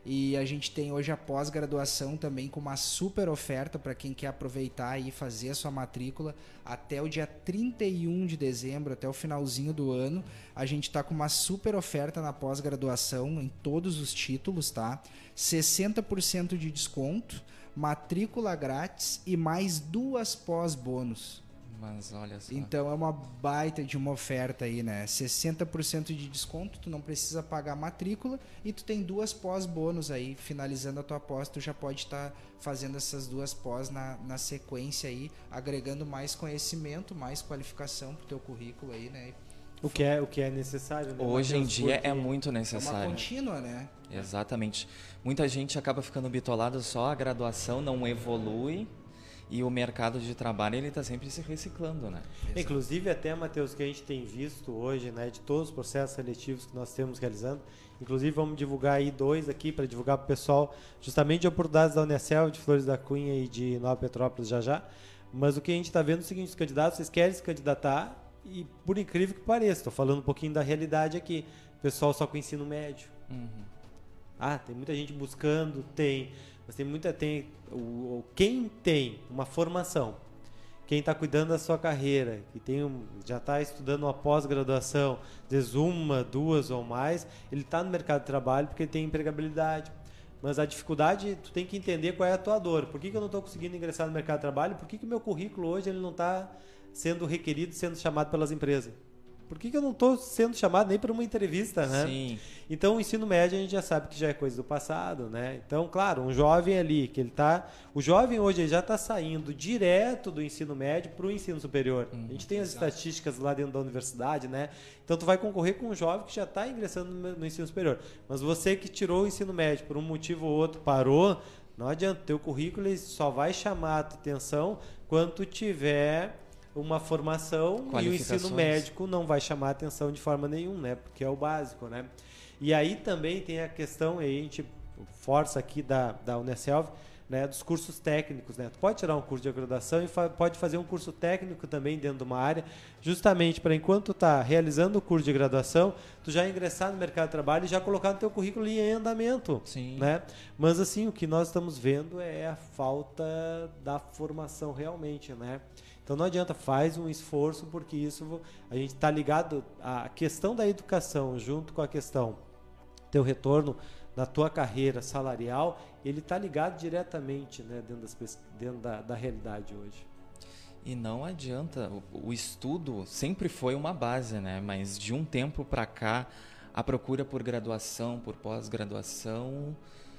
E a gente tem hoje a pós-graduação também com uma super oferta para quem quer aproveitar e fazer a sua matrícula até o dia trinta e um de dezembro, até o finalzinho do ano. A gente está com uma super oferta na pós-graduação em todos os títulos, tá? sessenta por cento de desconto, matrícula grátis e mais duas pós-bônus.
Mas olha só.
Então é uma baita de uma oferta aí, né? sessenta por cento de desconto, tu não precisa pagar matrícula e tu tem duas pós-bônus aí, finalizando a tua pós, tu já pode estar tá fazendo essas duas pós na, na sequência aí, agregando mais conhecimento, mais qualificação pro teu currículo aí, né?
O que é, o que é necessário, né?
Hoje em dia
porque
é muito necessário.
É uma contínua, né?
Exatamente. Muita gente acaba ficando bitolado só, a graduação não evolui. E o mercado de trabalho, ele está sempre se reciclando, né?
Inclusive, até, Matheus, que a gente tem visto hoje, né, de todos os processos seletivos que nós temos realizando, inclusive vamos divulgar aí dois aqui para divulgar para o pessoal, justamente de oportunidades da Unicel, de Flores da Cunha e de Nova Petrópolis já já. Mas o que a gente está vendo é o seguinte, os candidatos, vocês querem se candidatar e, por incrível que pareça, estou falando um pouquinho da realidade aqui, pessoal só com ensino médio.
Uhum.
Ah, tem muita gente buscando, tem... Mas tem muita... Tem, o, quem tem uma formação, quem está cuidando da sua carreira, que tem um, já está estudando uma pós-graduação, às vezes uma, duas ou mais, ele está no mercado de trabalho porque ele tem empregabilidade. Mas a dificuldade, tu tem que entender qual é a tua dor. Por que, que eu não estou conseguindo ingressar no mercado de trabalho? Por que, que o meu currículo hoje ele não está sendo requerido, sendo chamado pelas empresas? Por que, que eu não estou sendo chamado nem para uma entrevista, né?
Sim.
Então, o ensino médio a gente já sabe que já é coisa do passado, né? Então, claro, um jovem ali, que ele tá... O jovem hoje ele já está saindo direto do ensino médio para o ensino superior. Hum, a gente tem as exato. estatísticas lá dentro da universidade, né? Então, tu vai concorrer com um jovem que já está ingressando no, no ensino superior. Mas você que tirou o ensino médio por um motivo ou outro, parou, não adianta. Teu currículo ele só vai chamar a tua atenção quando tu tiver... uma formação e o ensino médico não vai chamar a atenção de forma nenhuma, né? Porque é o básico, né? E aí também tem a questão, aí a gente força aqui da, da Unicel, né, dos cursos técnicos, né? Tu pode tirar um curso de graduação e fa- pode fazer um curso técnico também dentro de uma área, justamente para enquanto tu tá realizando o curso de graduação, tu já ingressar no mercado de trabalho e já colocar no teu currículo em andamento.
Sim.
Né? Mas assim, o que nós estamos vendo é a falta da formação realmente, né? Então não adianta, faz um esforço, porque isso a gente está ligado à questão da educação junto com a questão teu retorno na tua carreira salarial, ele está ligado diretamente, né, dentro, das, dentro da, da realidade hoje.
E não adianta, o, o estudo sempre foi uma base, né? Mas de um tempo para cá, a procura por graduação, por pós-graduação,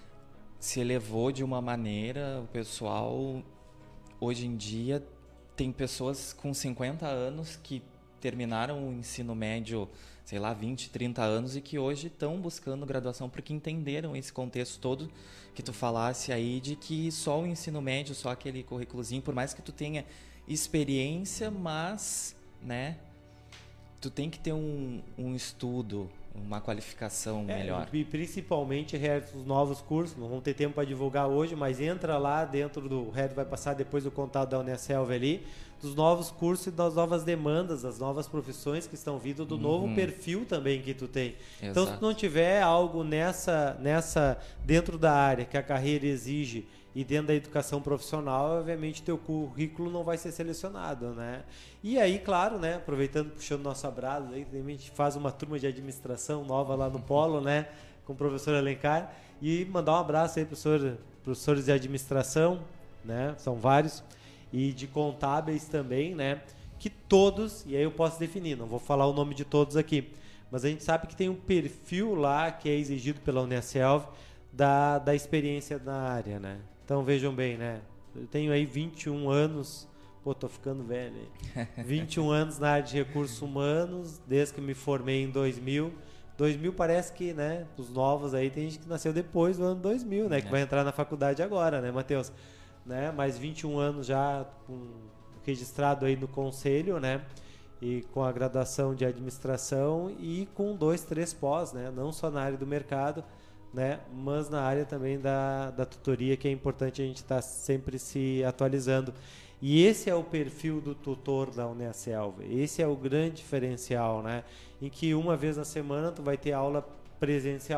se elevou de uma maneira, o pessoal hoje em dia tem pessoas com cinquenta anos que terminaram o ensino médio, sei lá, vinte, trinta anos e que hoje estão buscando graduação porque entenderam esse contexto todo que tu falasse aí de que só o ensino médio, só aquele currículozinho, por mais que tu tenha experiência, mas, né, tu tem que ter um, um estudo, uma qualificação
é,
melhor.
E principalmente os novos cursos, não vamos ter tempo para divulgar hoje, mas entra lá dentro do... O Red vai passar depois do contato da Unicel ali, dos novos cursos e das novas demandas, das novas profissões que estão vindo, do uhum. novo perfil também que tu tem. Exato. Então, se tu não tiver algo nessa, nessa, dentro da área que a carreira exige e dentro da educação profissional, obviamente teu currículo não vai ser selecionado, né? E aí, claro, né, aproveitando, puxando nosso abraço, aí a gente faz uma turma de administração nova lá no Polo, né, com o professor Alencar, e mandar um abraço aí para os professores de administração, né, são vários, e de contábeis também, né, que todos, e aí eu posso definir, não vou falar o nome de todos aqui, mas a gente sabe que tem um perfil lá que é exigido pela Unicel da, da experiência na área, né. Então vejam bem, né, eu tenho aí vinte e um anos, pô, tô ficando velho, hein? vinte e um anos na área de recursos humanos, desde que me formei em dois mil. dois mil parece que, né, os novos aí, tem gente que nasceu depois do ano dois mil, né, que é. vai entrar na faculdade agora, né, Matheus? Né, mais vinte e um anos já com, registrado aí no conselho, né, e com a graduação de administração e com dois, três pós, né, não só na área do mercado, né, mas na área também da, da tutoria, que é importante a gente estar tá sempre se atualizando. E esse é o perfil do tutor da Unicel. Esse é o grande diferencial, né? Em que uma vez na semana tu vai ter aula presencial,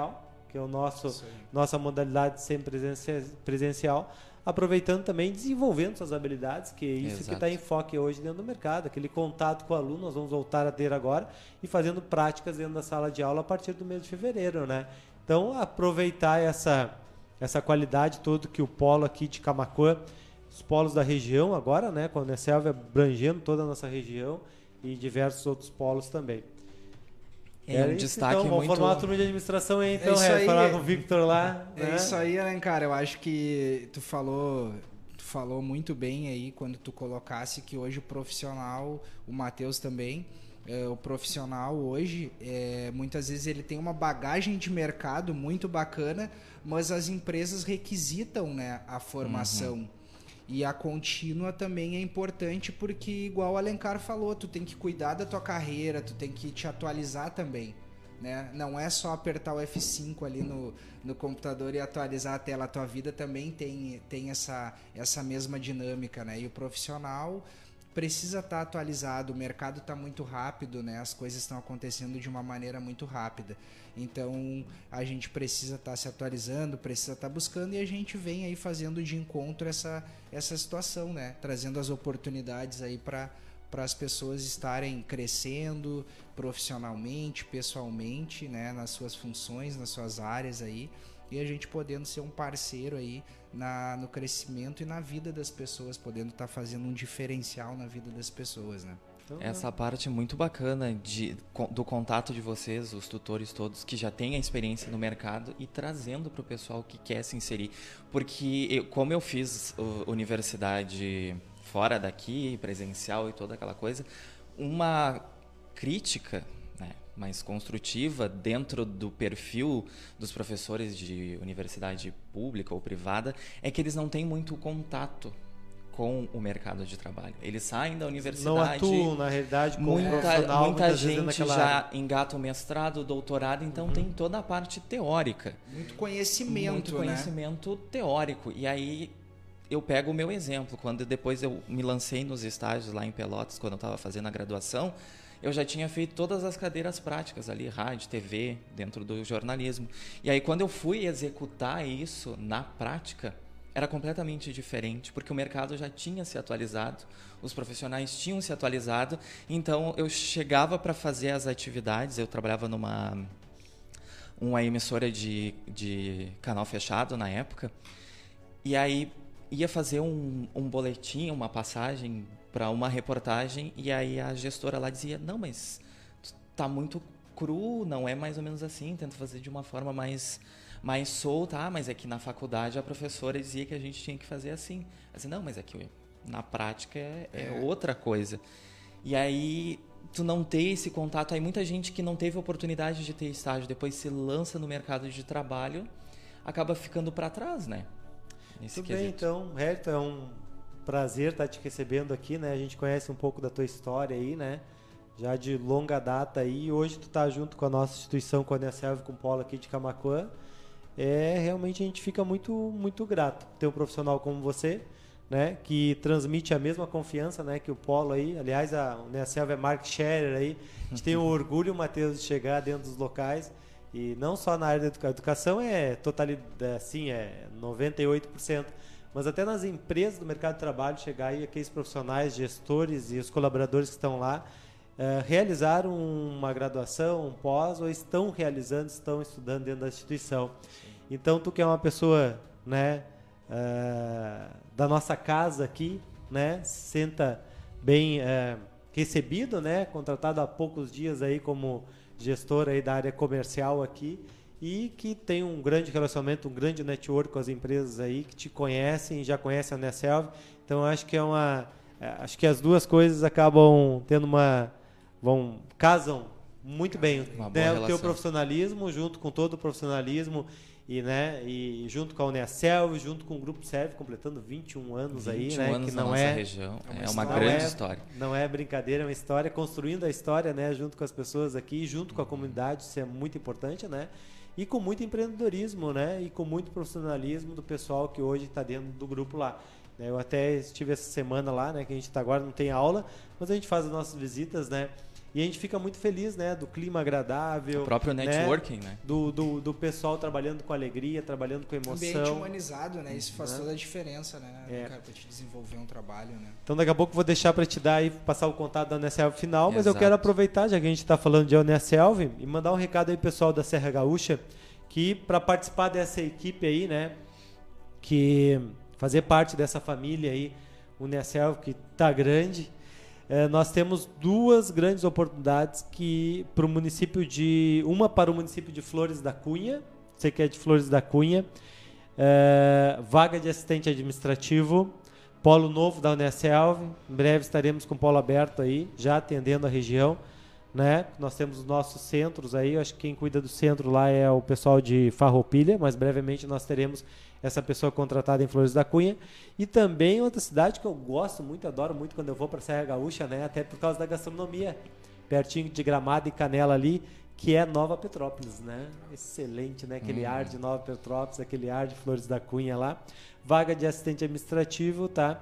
que é o nosso nossa modalidade sempre presencial, aproveitando também, desenvolvendo suas habilidades, que é isso Exato. que está em foco hoje dentro do mercado, aquele contato com o aluno, nós vamos voltar a ter agora, e fazendo práticas dentro da sala de aula a partir do mês de fevereiro, né? Então, aproveitar essa, essa qualidade toda que o polo aqui de Camaquã, os polos da região agora, né? Com a Uneselv abrangendo toda a nossa região e diversos outros polos também.
É um isso, destaque
então, vamos
muito...
formar uma turma de administração aí, então,
é,
é, falar com o Victor lá.
É né? Isso aí, né, cara? Eu acho que tu falou, tu falou muito bem aí quando tu colocasse que hoje o profissional, o Matheus também, é, o profissional hoje, é, muitas vezes ele tem uma bagagem de mercado muito bacana, mas as empresas requisitam, né, a formação. Uhum. E a contínua também é importante porque, igual o Alencar falou, tu tem que cuidar da tua carreira, tu tem que te atualizar também, né? Não é só apertar o F cinco ali no, no computador e atualizar a tela. A tua vida também tem, tem essa, essa mesma dinâmica, né? E o profissional precisa estar atualizado, o mercado está muito rápido, né? As coisas estão acontecendo de uma maneira muito rápida. Então, a gente precisa estar se atualizando, precisa estar buscando, e a gente vem aí fazendo de encontro essa, essa situação, né? Trazendo as oportunidades aí para para as pessoas estarem crescendo profissionalmente, pessoalmente, né? Nas suas funções, nas suas áreas aí, e a gente podendo ser um parceiro aí na, no crescimento e na vida das pessoas, podendo estar fazendo um diferencial na vida das pessoas, né? Então,
essa parte muito bacana de, do contato de vocês, os tutores todos que já têm a experiência no mercado, e trazendo para o pessoal que quer se inserir. Porque eu, como eu fiz uh, universidade fora daqui, presencial e toda aquela coisa, uma crítica, né, mais construtiva dentro do perfil dos professores de universidade pública ou privada é que eles não têm muito contato com o mercado de trabalho. Eles saem da universidade...
Não atuam, na realidade, como
muita,
profissional.
Muita gente já
área.
engata o mestrado, o doutorado, então uhum. tem toda a parte teórica.
Muito conhecimento,
Muito conhecimento
né?
teórico. E aí eu pego o meu exemplo. Quando depois eu me lancei nos estágios lá em Pelotas, quando eu estava fazendo a graduação, eu já tinha feito todas as cadeiras práticas ali, rádio, T V, dentro do jornalismo. E aí quando eu fui executar isso na prática, era completamente diferente, porque o mercado já tinha se atualizado, os profissionais tinham se atualizado, então eu chegava para fazer as atividades, eu trabalhava numa uma emissora de, de canal fechado na época, e aí ia fazer um, um boletim, uma passagem para uma reportagem, e aí a gestora lá dizia, não, mas tá muito cru, não é mais ou menos assim, tenta fazer de uma forma mais... mais solta, ah, mas é que na faculdade a professora dizia que a gente tinha que fazer assim. Assim, não, mas é que na prática é, é, é outra coisa. E aí, tu não ter esse contato, aí muita gente que não teve oportunidade de ter estágio, depois se lança no mercado de trabalho, acaba ficando para trás, né?
Nesse Tudo quesito. Bem, então, Hérito, é um prazer estar te recebendo aqui, né? A gente conhece um pouco da tua história aí, né? Já de longa data aí, hoje tu tá junto com a nossa instituição, com a Uneselv, com o polo aqui de Camaquã. É, realmente a gente fica muito, muito grato ter um profissional como você, né, que transmite a mesma confiança, né, que o Polo aí. Aliás, a Uneselv é market share aí. A gente tem o orgulho, Matheus, de chegar dentro dos locais, e não só na área da educação, é totalidade, assim, é noventa e oito por cento, mas até nas empresas do mercado de trabalho, chegar aí aqueles profissionais, gestores e os colaboradores que estão lá, é, realizaram uma graduação, um pós, ou estão realizando, estão estudando dentro da instituição. Então, tu que é uma pessoa, né, uh, da nossa casa aqui, né, se senta bem uh, recebido, né, contratado há poucos dias aí como gestor aí da área comercial aqui, e que tem um grande relacionamento, um grande network com as empresas aí que te conhecem, já conhecem a Uneselv. Então, acho que é uma, acho que as duas coisas acabam tendo uma, vão casam muito bem, né, o teu profissionalismo junto com todo o profissionalismo. E, né, e junto com a Uneselv, junto com o Grupo Serv, completando vinte e um anos aí, né,
anos
que não
na
é
nossa região. É uma grande
é,
história.
Não é brincadeira, é uma história, construindo a história, né, junto com as pessoas aqui, junto com a comunidade, isso é muito importante, né? E com muito empreendedorismo, né, e com muito profissionalismo do pessoal que hoje está dentro do grupo lá. Eu até estive essa semana lá, né, que a gente tá agora, não tem aula, mas a gente faz as nossas visitas, né? E a gente fica muito feliz, né? Do clima agradável.
O próprio networking, né?
né? Do, do, do pessoal trabalhando com alegria, trabalhando com emoção.
Ambiente humanizado, né? Isso faz
né?
toda a diferença, né?
É.
Cara, pra te desenvolver um trabalho, né?
Então daqui a pouco eu vou deixar para te dar e passar o contato da Uniaselv final, mas
Exato.
eu quero aproveitar, já que a gente está falando de Uniaselv, e mandar um recado aí pessoal da Serra Gaúcha, que para participar dessa equipe aí, né? Que fazer parte dessa família aí, Uniaselv, que tá grande. É, nós temos duas grandes oportunidades que para o município de uma para o município de Flores da Cunha, você que é de Flores da Cunha, é, vaga de assistente administrativo, polo novo da Uniaselv. Em breve estaremos com o polo aberto aí, já atendendo a região, né? Nós temos os nossos centros aí, acho que quem cuida do centro lá é o pessoal de Farroupilha, mas brevemente nós teremos essa pessoa contratada em Flores da Cunha. E também outra cidade que eu gosto muito, adoro muito quando eu vou para a Serra Gaúcha, né? Até por causa da gastronomia, pertinho de Gramado e Canela ali, que é Nova Petrópolis, né? Excelente, né? Aquele hum. ar de Nova Petrópolis, aquele ar de Flores da Cunha lá. Vaga de assistente administrativo, tá?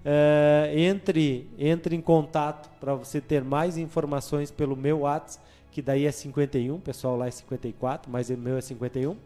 Uh, entre, entre em contato para você ter mais informações pelo meu WhatsApp, que daí é cinquenta e um, pessoal lá é cinquenta e quatro, mas o meu é cinquenta e um.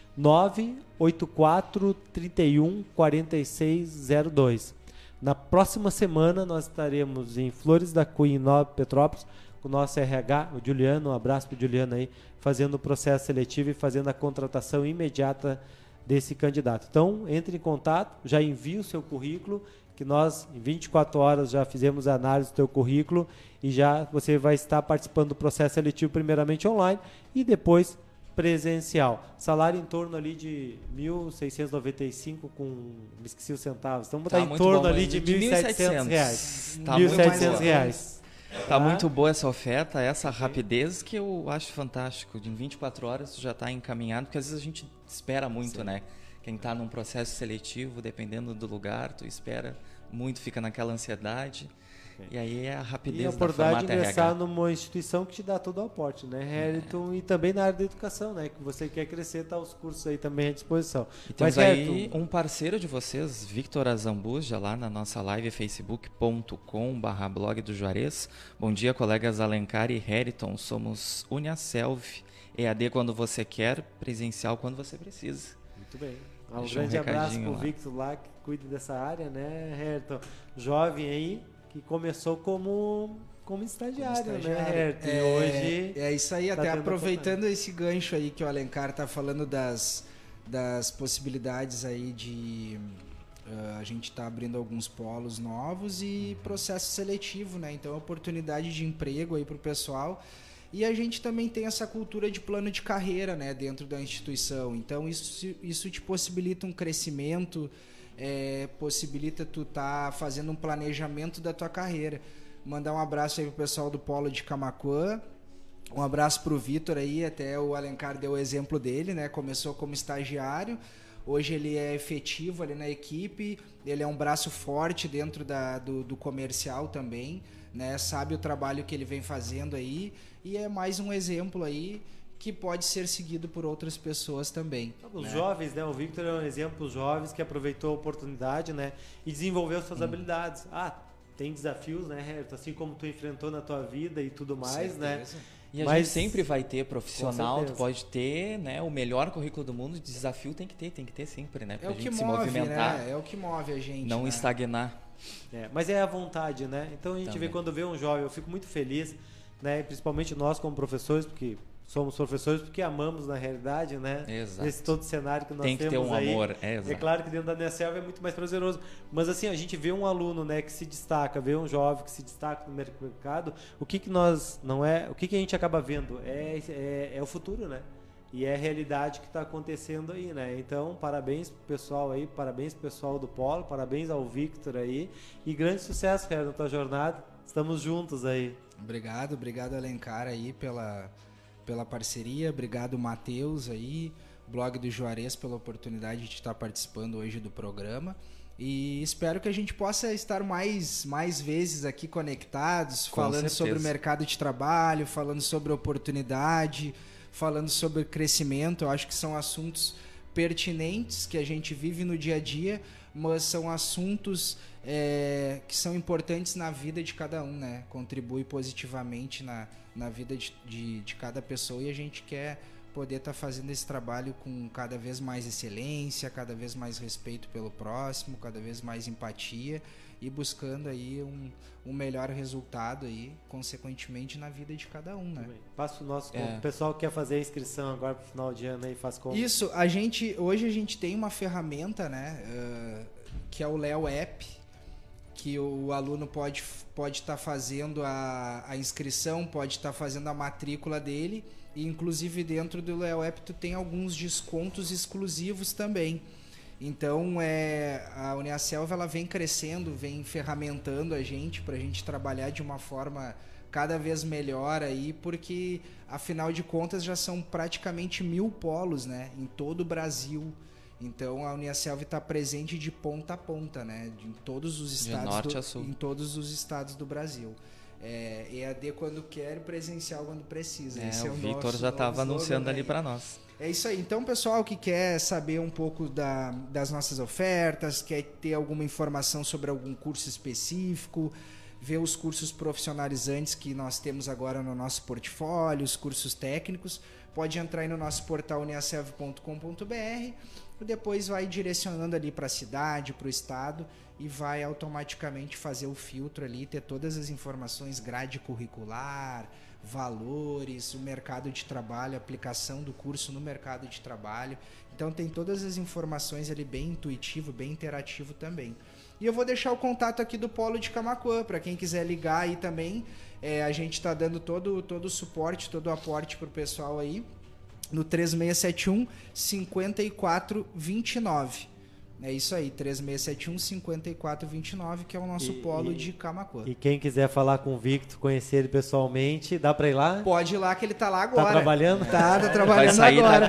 nove oito quatro, três um, quatro seis zero dois. Na próxima semana nós estaremos em Flores da Cunha, em Nova Petrópolis, com o nosso R H, o Juliano, um abraço para o Juliano aí, fazendo o processo seletivo e fazendo a contratação imediata desse candidato. Então, entre em contato, já envie o seu currículo, que nós, em vinte e quatro horas, já fizemos a análise do teu currículo e já você vai estar participando do processo seletivo, primeiramente online e depois presencial. Salário em torno ali de mil seiscentos e noventa e cinco com... me esqueci os centavos. Então, botar
tá
em torno
bom,
ali de mil e setecentos reais.
Tá
mil e setecentos reais.
Tá,
tá
muito boa essa oferta, essa rapidez que eu acho fantástico. De em vinte e quatro horas tu já está encaminhado, porque às vezes a gente espera muito, Sim. né? Quem está num processo seletivo, dependendo do lugar, tu espera muito, fica naquela ansiedade. E aí é a rapidez
e a
da
oportunidade de ingressar
R H.
numa instituição que te dá todo o aporte, né, Heriton? É. E também na área da educação, né? Que você quer crescer, tá os cursos aí também à disposição.
E temos
Mas,
aí
Heriton,
um parceiro de vocês, Victor Azambuja, lá na nossa live facebook ponto com barra blog do Juarez. Bom dia, colegas Alencar e Heriton. Somos Uniaselv, E A D quando você quer, presencial quando você precisa.
Muito bem. Um
Deixa
grande
um
abraço pro
lá.
Victor lá, que cuida dessa área, né, Heriton? Jovem aí, que começou como, como estagiário, como estagiário. né, Heriton?
É,
e hoje
é isso aí,
tá
até aproveitando esse gancho aí que o Alencar tá falando das, das possibilidades aí de... Uh, a gente tá abrindo alguns polos novos e processo seletivo, né? Então, oportunidade de emprego aí pro pessoal. E a gente também tem essa cultura de plano de carreira, né, dentro da instituição. Então, isso, isso te possibilita um crescimento, é, possibilita tu estar tá fazendo um planejamento da tua carreira. Mandar um abraço aí pro pessoal do Polo de Camaquã, um abraço pro Vitor aí, até o Alencar deu o exemplo dele, né, começou como estagiário, hoje ele é efetivo ali na equipe, ele é um braço forte dentro da, do, do comercial também, né, sabe o trabalho que ele vem fazendo aí, e é mais um exemplo aí que pode ser seguido por outras pessoas também.
Os
né?
jovens, né? O Victor é um exemplo dos jovens que aproveitou a oportunidade, né? E desenvolveu suas hum. habilidades. Ah, tem desafios, né, Heriton? Assim como tu enfrentou na tua vida e tudo mais, né?
E a
Mas,
gente sempre vai ter profissional, tu pode ter, né, o melhor currículo do mundo, desafio tem que ter, tem que ter sempre, né? Pra
é o
gente
que
se
move,
movimentar,
né? É o que move a gente.
não
né?
estagnar.
É, mas é a vontade, né? Então a gente
Também.
vê quando vê um jovem, eu fico muito feliz, né? Principalmente nós como professores, porque somos professores porque amamos na realidade, né?
Exato.
Nesse todo cenário que nós
Tem que
temos
ter um
aí.
amor, é, exato.
É claro que dentro da Uniaselv é muito mais prazeroso, mas assim, a gente vê um aluno, né, que se destaca, vê um jovem que se destaca no mercado, o que que nós não é, o que que a gente acaba vendo é é, é o futuro, né? E é a realidade que está acontecendo aí, né? Então, parabéns pro pessoal aí, parabéns pro pessoal do Polo, parabéns ao Victor aí. E grande sucesso, cara, na tua jornada. Estamos juntos aí.
Obrigado, obrigado Alencar aí pela, pela parceria. Obrigado Matheus aí, blog do Juarez, pela oportunidade de estar participando hoje do programa. E espero que a gente possa estar mais, mais vezes aqui conectados,
Com
falando
certeza.
sobre o mercado de trabalho, falando sobre oportunidade, falando sobre crescimento. Eu acho que são assuntos pertinentes que a gente vive no dia a dia, mas são assuntos é, que são importantes na vida de cada um, né? Contribui positivamente na, na vida de, de, de cada pessoa, e a gente quer poder estar tá fazendo esse trabalho com cada vez mais excelência, cada vez mais respeito pelo próximo, cada vez mais empatia, e buscando aí um, um melhor resultado aí, consequentemente, na vida de cada um, né?
Passa o nosso...
É.
O pessoal que quer fazer a inscrição agora pro final de ano aí, faz como?
Isso, a gente... Hoje a gente tem uma ferramenta, né? Uh, que é o Léo App, que o aluno pode pode estar tá fazendo a, a inscrição, pode estar tá fazendo a matrícula dele, e inclusive dentro do Léo App tu tem alguns descontos exclusivos também. Então, é, a Uniaselv, ela vem crescendo, vem ferramentando a gente para a gente trabalhar de uma forma cada vez melhor aí, porque afinal de contas já são praticamente mil polos, né, em todo o Brasil. Então a Uniaselv está presente de ponta a ponta, né, em todos os estados,
de norte
do,
a sul.
em todos os estados do Brasil. É, E A D quando quer, presencial quando precisa.
É,
Esse
o
é o
Vitor
nosso
já estava
novo
anunciando
slogan
ali
aí.
para nós.
É isso aí. Então, pessoal que quer saber um pouco da, das nossas ofertas, quer ter alguma informação sobre algum curso específico, ver os cursos profissionalizantes que nós temos agora no nosso portfólio, os cursos técnicos, pode entrar aí no nosso portal uniaselv ponto com ponto b r e depois vai direcionando ali para a cidade, para o estado, e vai automaticamente fazer o filtro ali, ter todas as informações, grade curricular, valores, o mercado de trabalho, aplicação do curso no mercado de trabalho. Então tem todas as informações ali, bem intuitivo, bem interativo também. E eu vou deixar o contato aqui do Polo de Camaquã, para quem quiser ligar aí também. É, a gente está dando todo, todo o suporte, todo o aporte para o pessoal aí, no três seis sete um, cinco quatro dois nove. É isso aí, três seis sete um, cinco quatro dois nove, que é o nosso
E-
Polo
e-
de Camaquã.
E quem quiser falar com o Victor, conhecer ele pessoalmente, dá para ir lá?
Pode ir lá que ele tá lá agora.
Tá trabalhando?
Tá, tá trabalhando
sair
agora.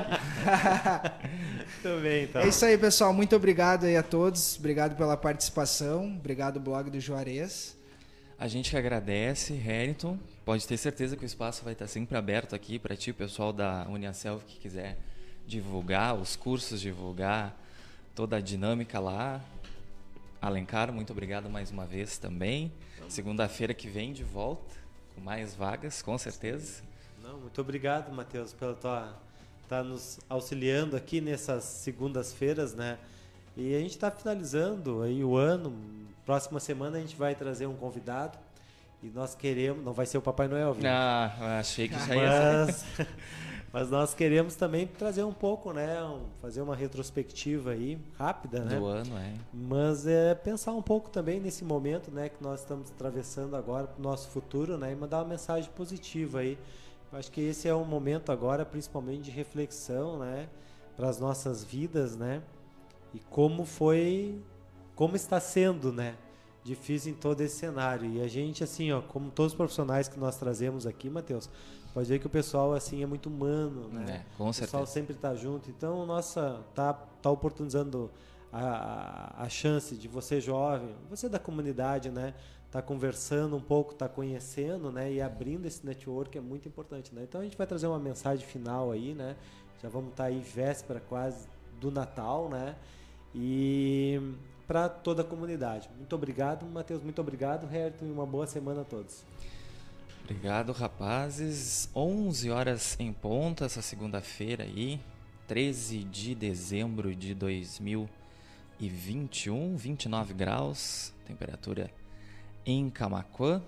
Muito bem, então.
É isso aí, pessoal. Muito obrigado aí a todos. Obrigado pela participação. Obrigado, blog do Juarez.
A gente que agradece, Harrington. Pode ter certeza que o espaço vai estar sempre aberto aqui para ti, o pessoal da Uniaselv que quiser divulgar os cursos, divulgar toda a dinâmica lá. Alencar, muito obrigado mais uma vez também. Segunda-feira que vem de volta, com mais vagas, com certeza.
Não, muito obrigado, Matheus, pela tua tá nos auxiliando aqui nessas segundas-feiras, né? E a gente está finalizando aí o ano. Próxima semana a gente vai trazer um convidado e nós queremos, não vai ser o Papai Noel, viu?
Ah, achei que já ia
Mas, mas nós queremos também trazer um pouco, né? Um, fazer uma retrospectiva aí, rápida, né?
do ano, é.
Mas é pensar um pouco também nesse momento, né, que nós estamos atravessando agora para o nosso futuro, né, e mandar uma mensagem positiva aí. Eu acho que esse é um momento agora, principalmente de reflexão, né, para as nossas vidas, né, e como foi, como está sendo, né, difícil em todo esse cenário. E a gente, assim, ó, como todos os profissionais que nós trazemos aqui, Matheus, pode ver que o pessoal, assim, é muito humano, né?
É, com
o pessoal
certeza.
sempre está junto. Então, nossa, tá, tá oportunizando a, a, a chance de você jovem, você da comunidade, né, tá conversando um pouco, tá conhecendo, né, e abrindo esse network é muito importante, né? Então a gente vai trazer uma mensagem final aí, né? Já vamos estar aí véspera quase do Natal, né? E para toda a comunidade. Muito obrigado, Matheus, muito obrigado, Herton, e uma boa semana a todos.
Obrigado, rapazes. onze horas em ponto essa segunda-feira aí, treze de dezembro de dois mil e vinte e um, vinte e nove graus, temperatura em Camaquã.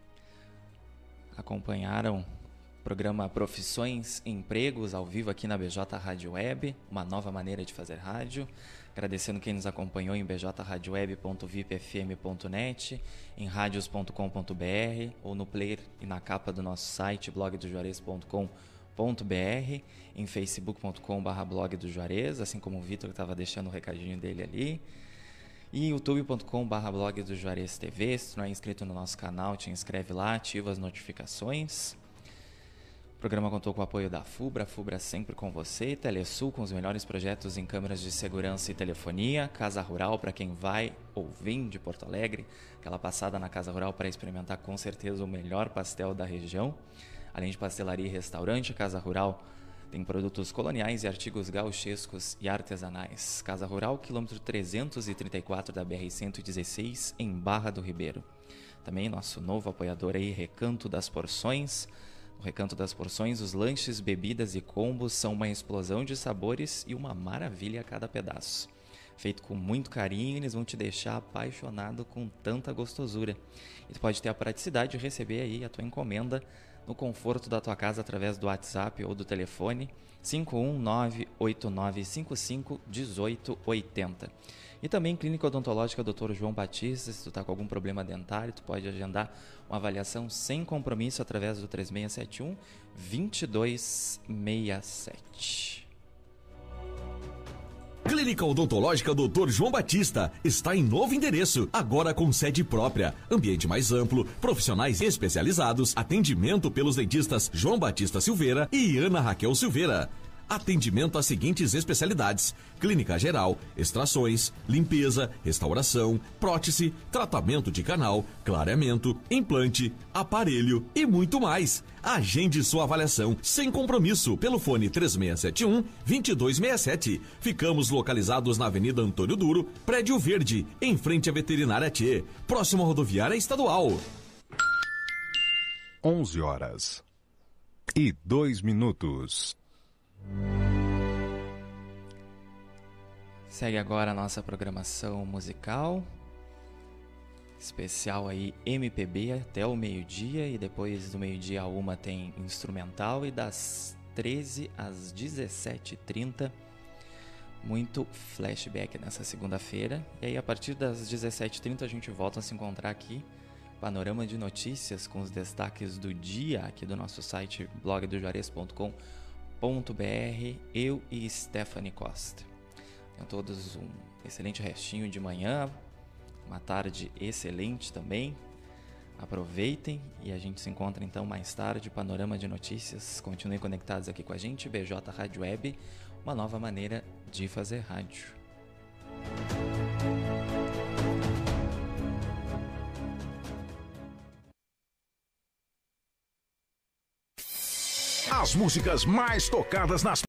Acompanharam o programa Profissões e Empregos ao vivo aqui na B J Rádio Web, uma nova maneira de fazer rádio. Agradecendo quem nos acompanhou em b j radio web ponto vip f m ponto net, em radios ponto com ponto b r ou no player e na capa do nosso site blog do juarez ponto com ponto b r, em facebook ponto com barra blog do Juarez, assim como o Vitor estava deixando o recadinho dele ali, e youtube ponto com barra blog do Juarez T V. Se tu não é inscrito no nosso canal, te inscreve lá, ativa as notificações. O programa contou com o apoio da FUBRA, FUBRA sempre com você, Telesul com os melhores projetos em câmeras de segurança e telefonia, Casa Rural para quem vai ou vem de Porto Alegre, aquela passada na Casa Rural para experimentar com certeza o melhor pastel da região, além de pastelaria e restaurante. A Casa Rural Tem produtos coloniais e artigos gauchescos e artesanais. Casa Rural, quilômetro trezentos e trinta e quatro da B R cento e dezesseis, em Barra do Ribeiro. Também nosso novo apoiador aí, Recanto das Porções. No Recanto das Porções, os lanches, bebidas e combos são uma explosão de sabores e uma maravilha a cada pedaço. Feito com muito carinho, eles vão te deixar apaixonado com tanta gostosura. E tu pode ter a praticidade de receber aí a tua encomenda no conforto da tua casa através do WhatsApp ou do telefone cinco um nove oito nove cinco cinco um oito oito zero. E também Clínica Odontológica doutor João Batista. Se tu tá com algum problema dentário, tu pode agendar uma avaliação sem compromisso através do três seis sete um, dois dois seis sete.
Clínica Odontológica doutor João Batista está em novo endereço, agora com sede própria, ambiente mais amplo, profissionais especializados, atendimento pelos dentistas João Batista Silveira e Ana Raquel Silveira. Atendimento às seguintes especialidades: clínica geral, extrações, limpeza, restauração, prótese, tratamento de canal, clareamento, implante, aparelho e muito mais. Agende sua avaliação sem compromisso pelo fone três seis sete um, dois dois seis sete. Ficamos localizados na Avenida Antônio Duro, Prédio Verde, em frente à Veterinária Tchê, próximo à rodoviária estadual.
onze horas e dois minutos.
Segue agora a nossa programação musical especial aí, M P B até o meio-dia, e depois do meio-dia a uma tem instrumental, e das treze às dezessete e trinta muito flashback nessa segunda-feira. E aí a partir das dezessete e trinta a gente volta a se encontrar aqui, panorama de notícias com os destaques do dia aqui do nosso site blog do juarez ponto com ponto b r, eu e Stephanie Costa. Tenham todos um excelente restinho de manhã, uma tarde excelente também. Aproveitem e a gente se encontra então mais tarde. Panorama de Notícias. Continuem conectados aqui com a gente. B J Rádio Web, uma nova maneira de fazer rádio.
As músicas mais tocadas nas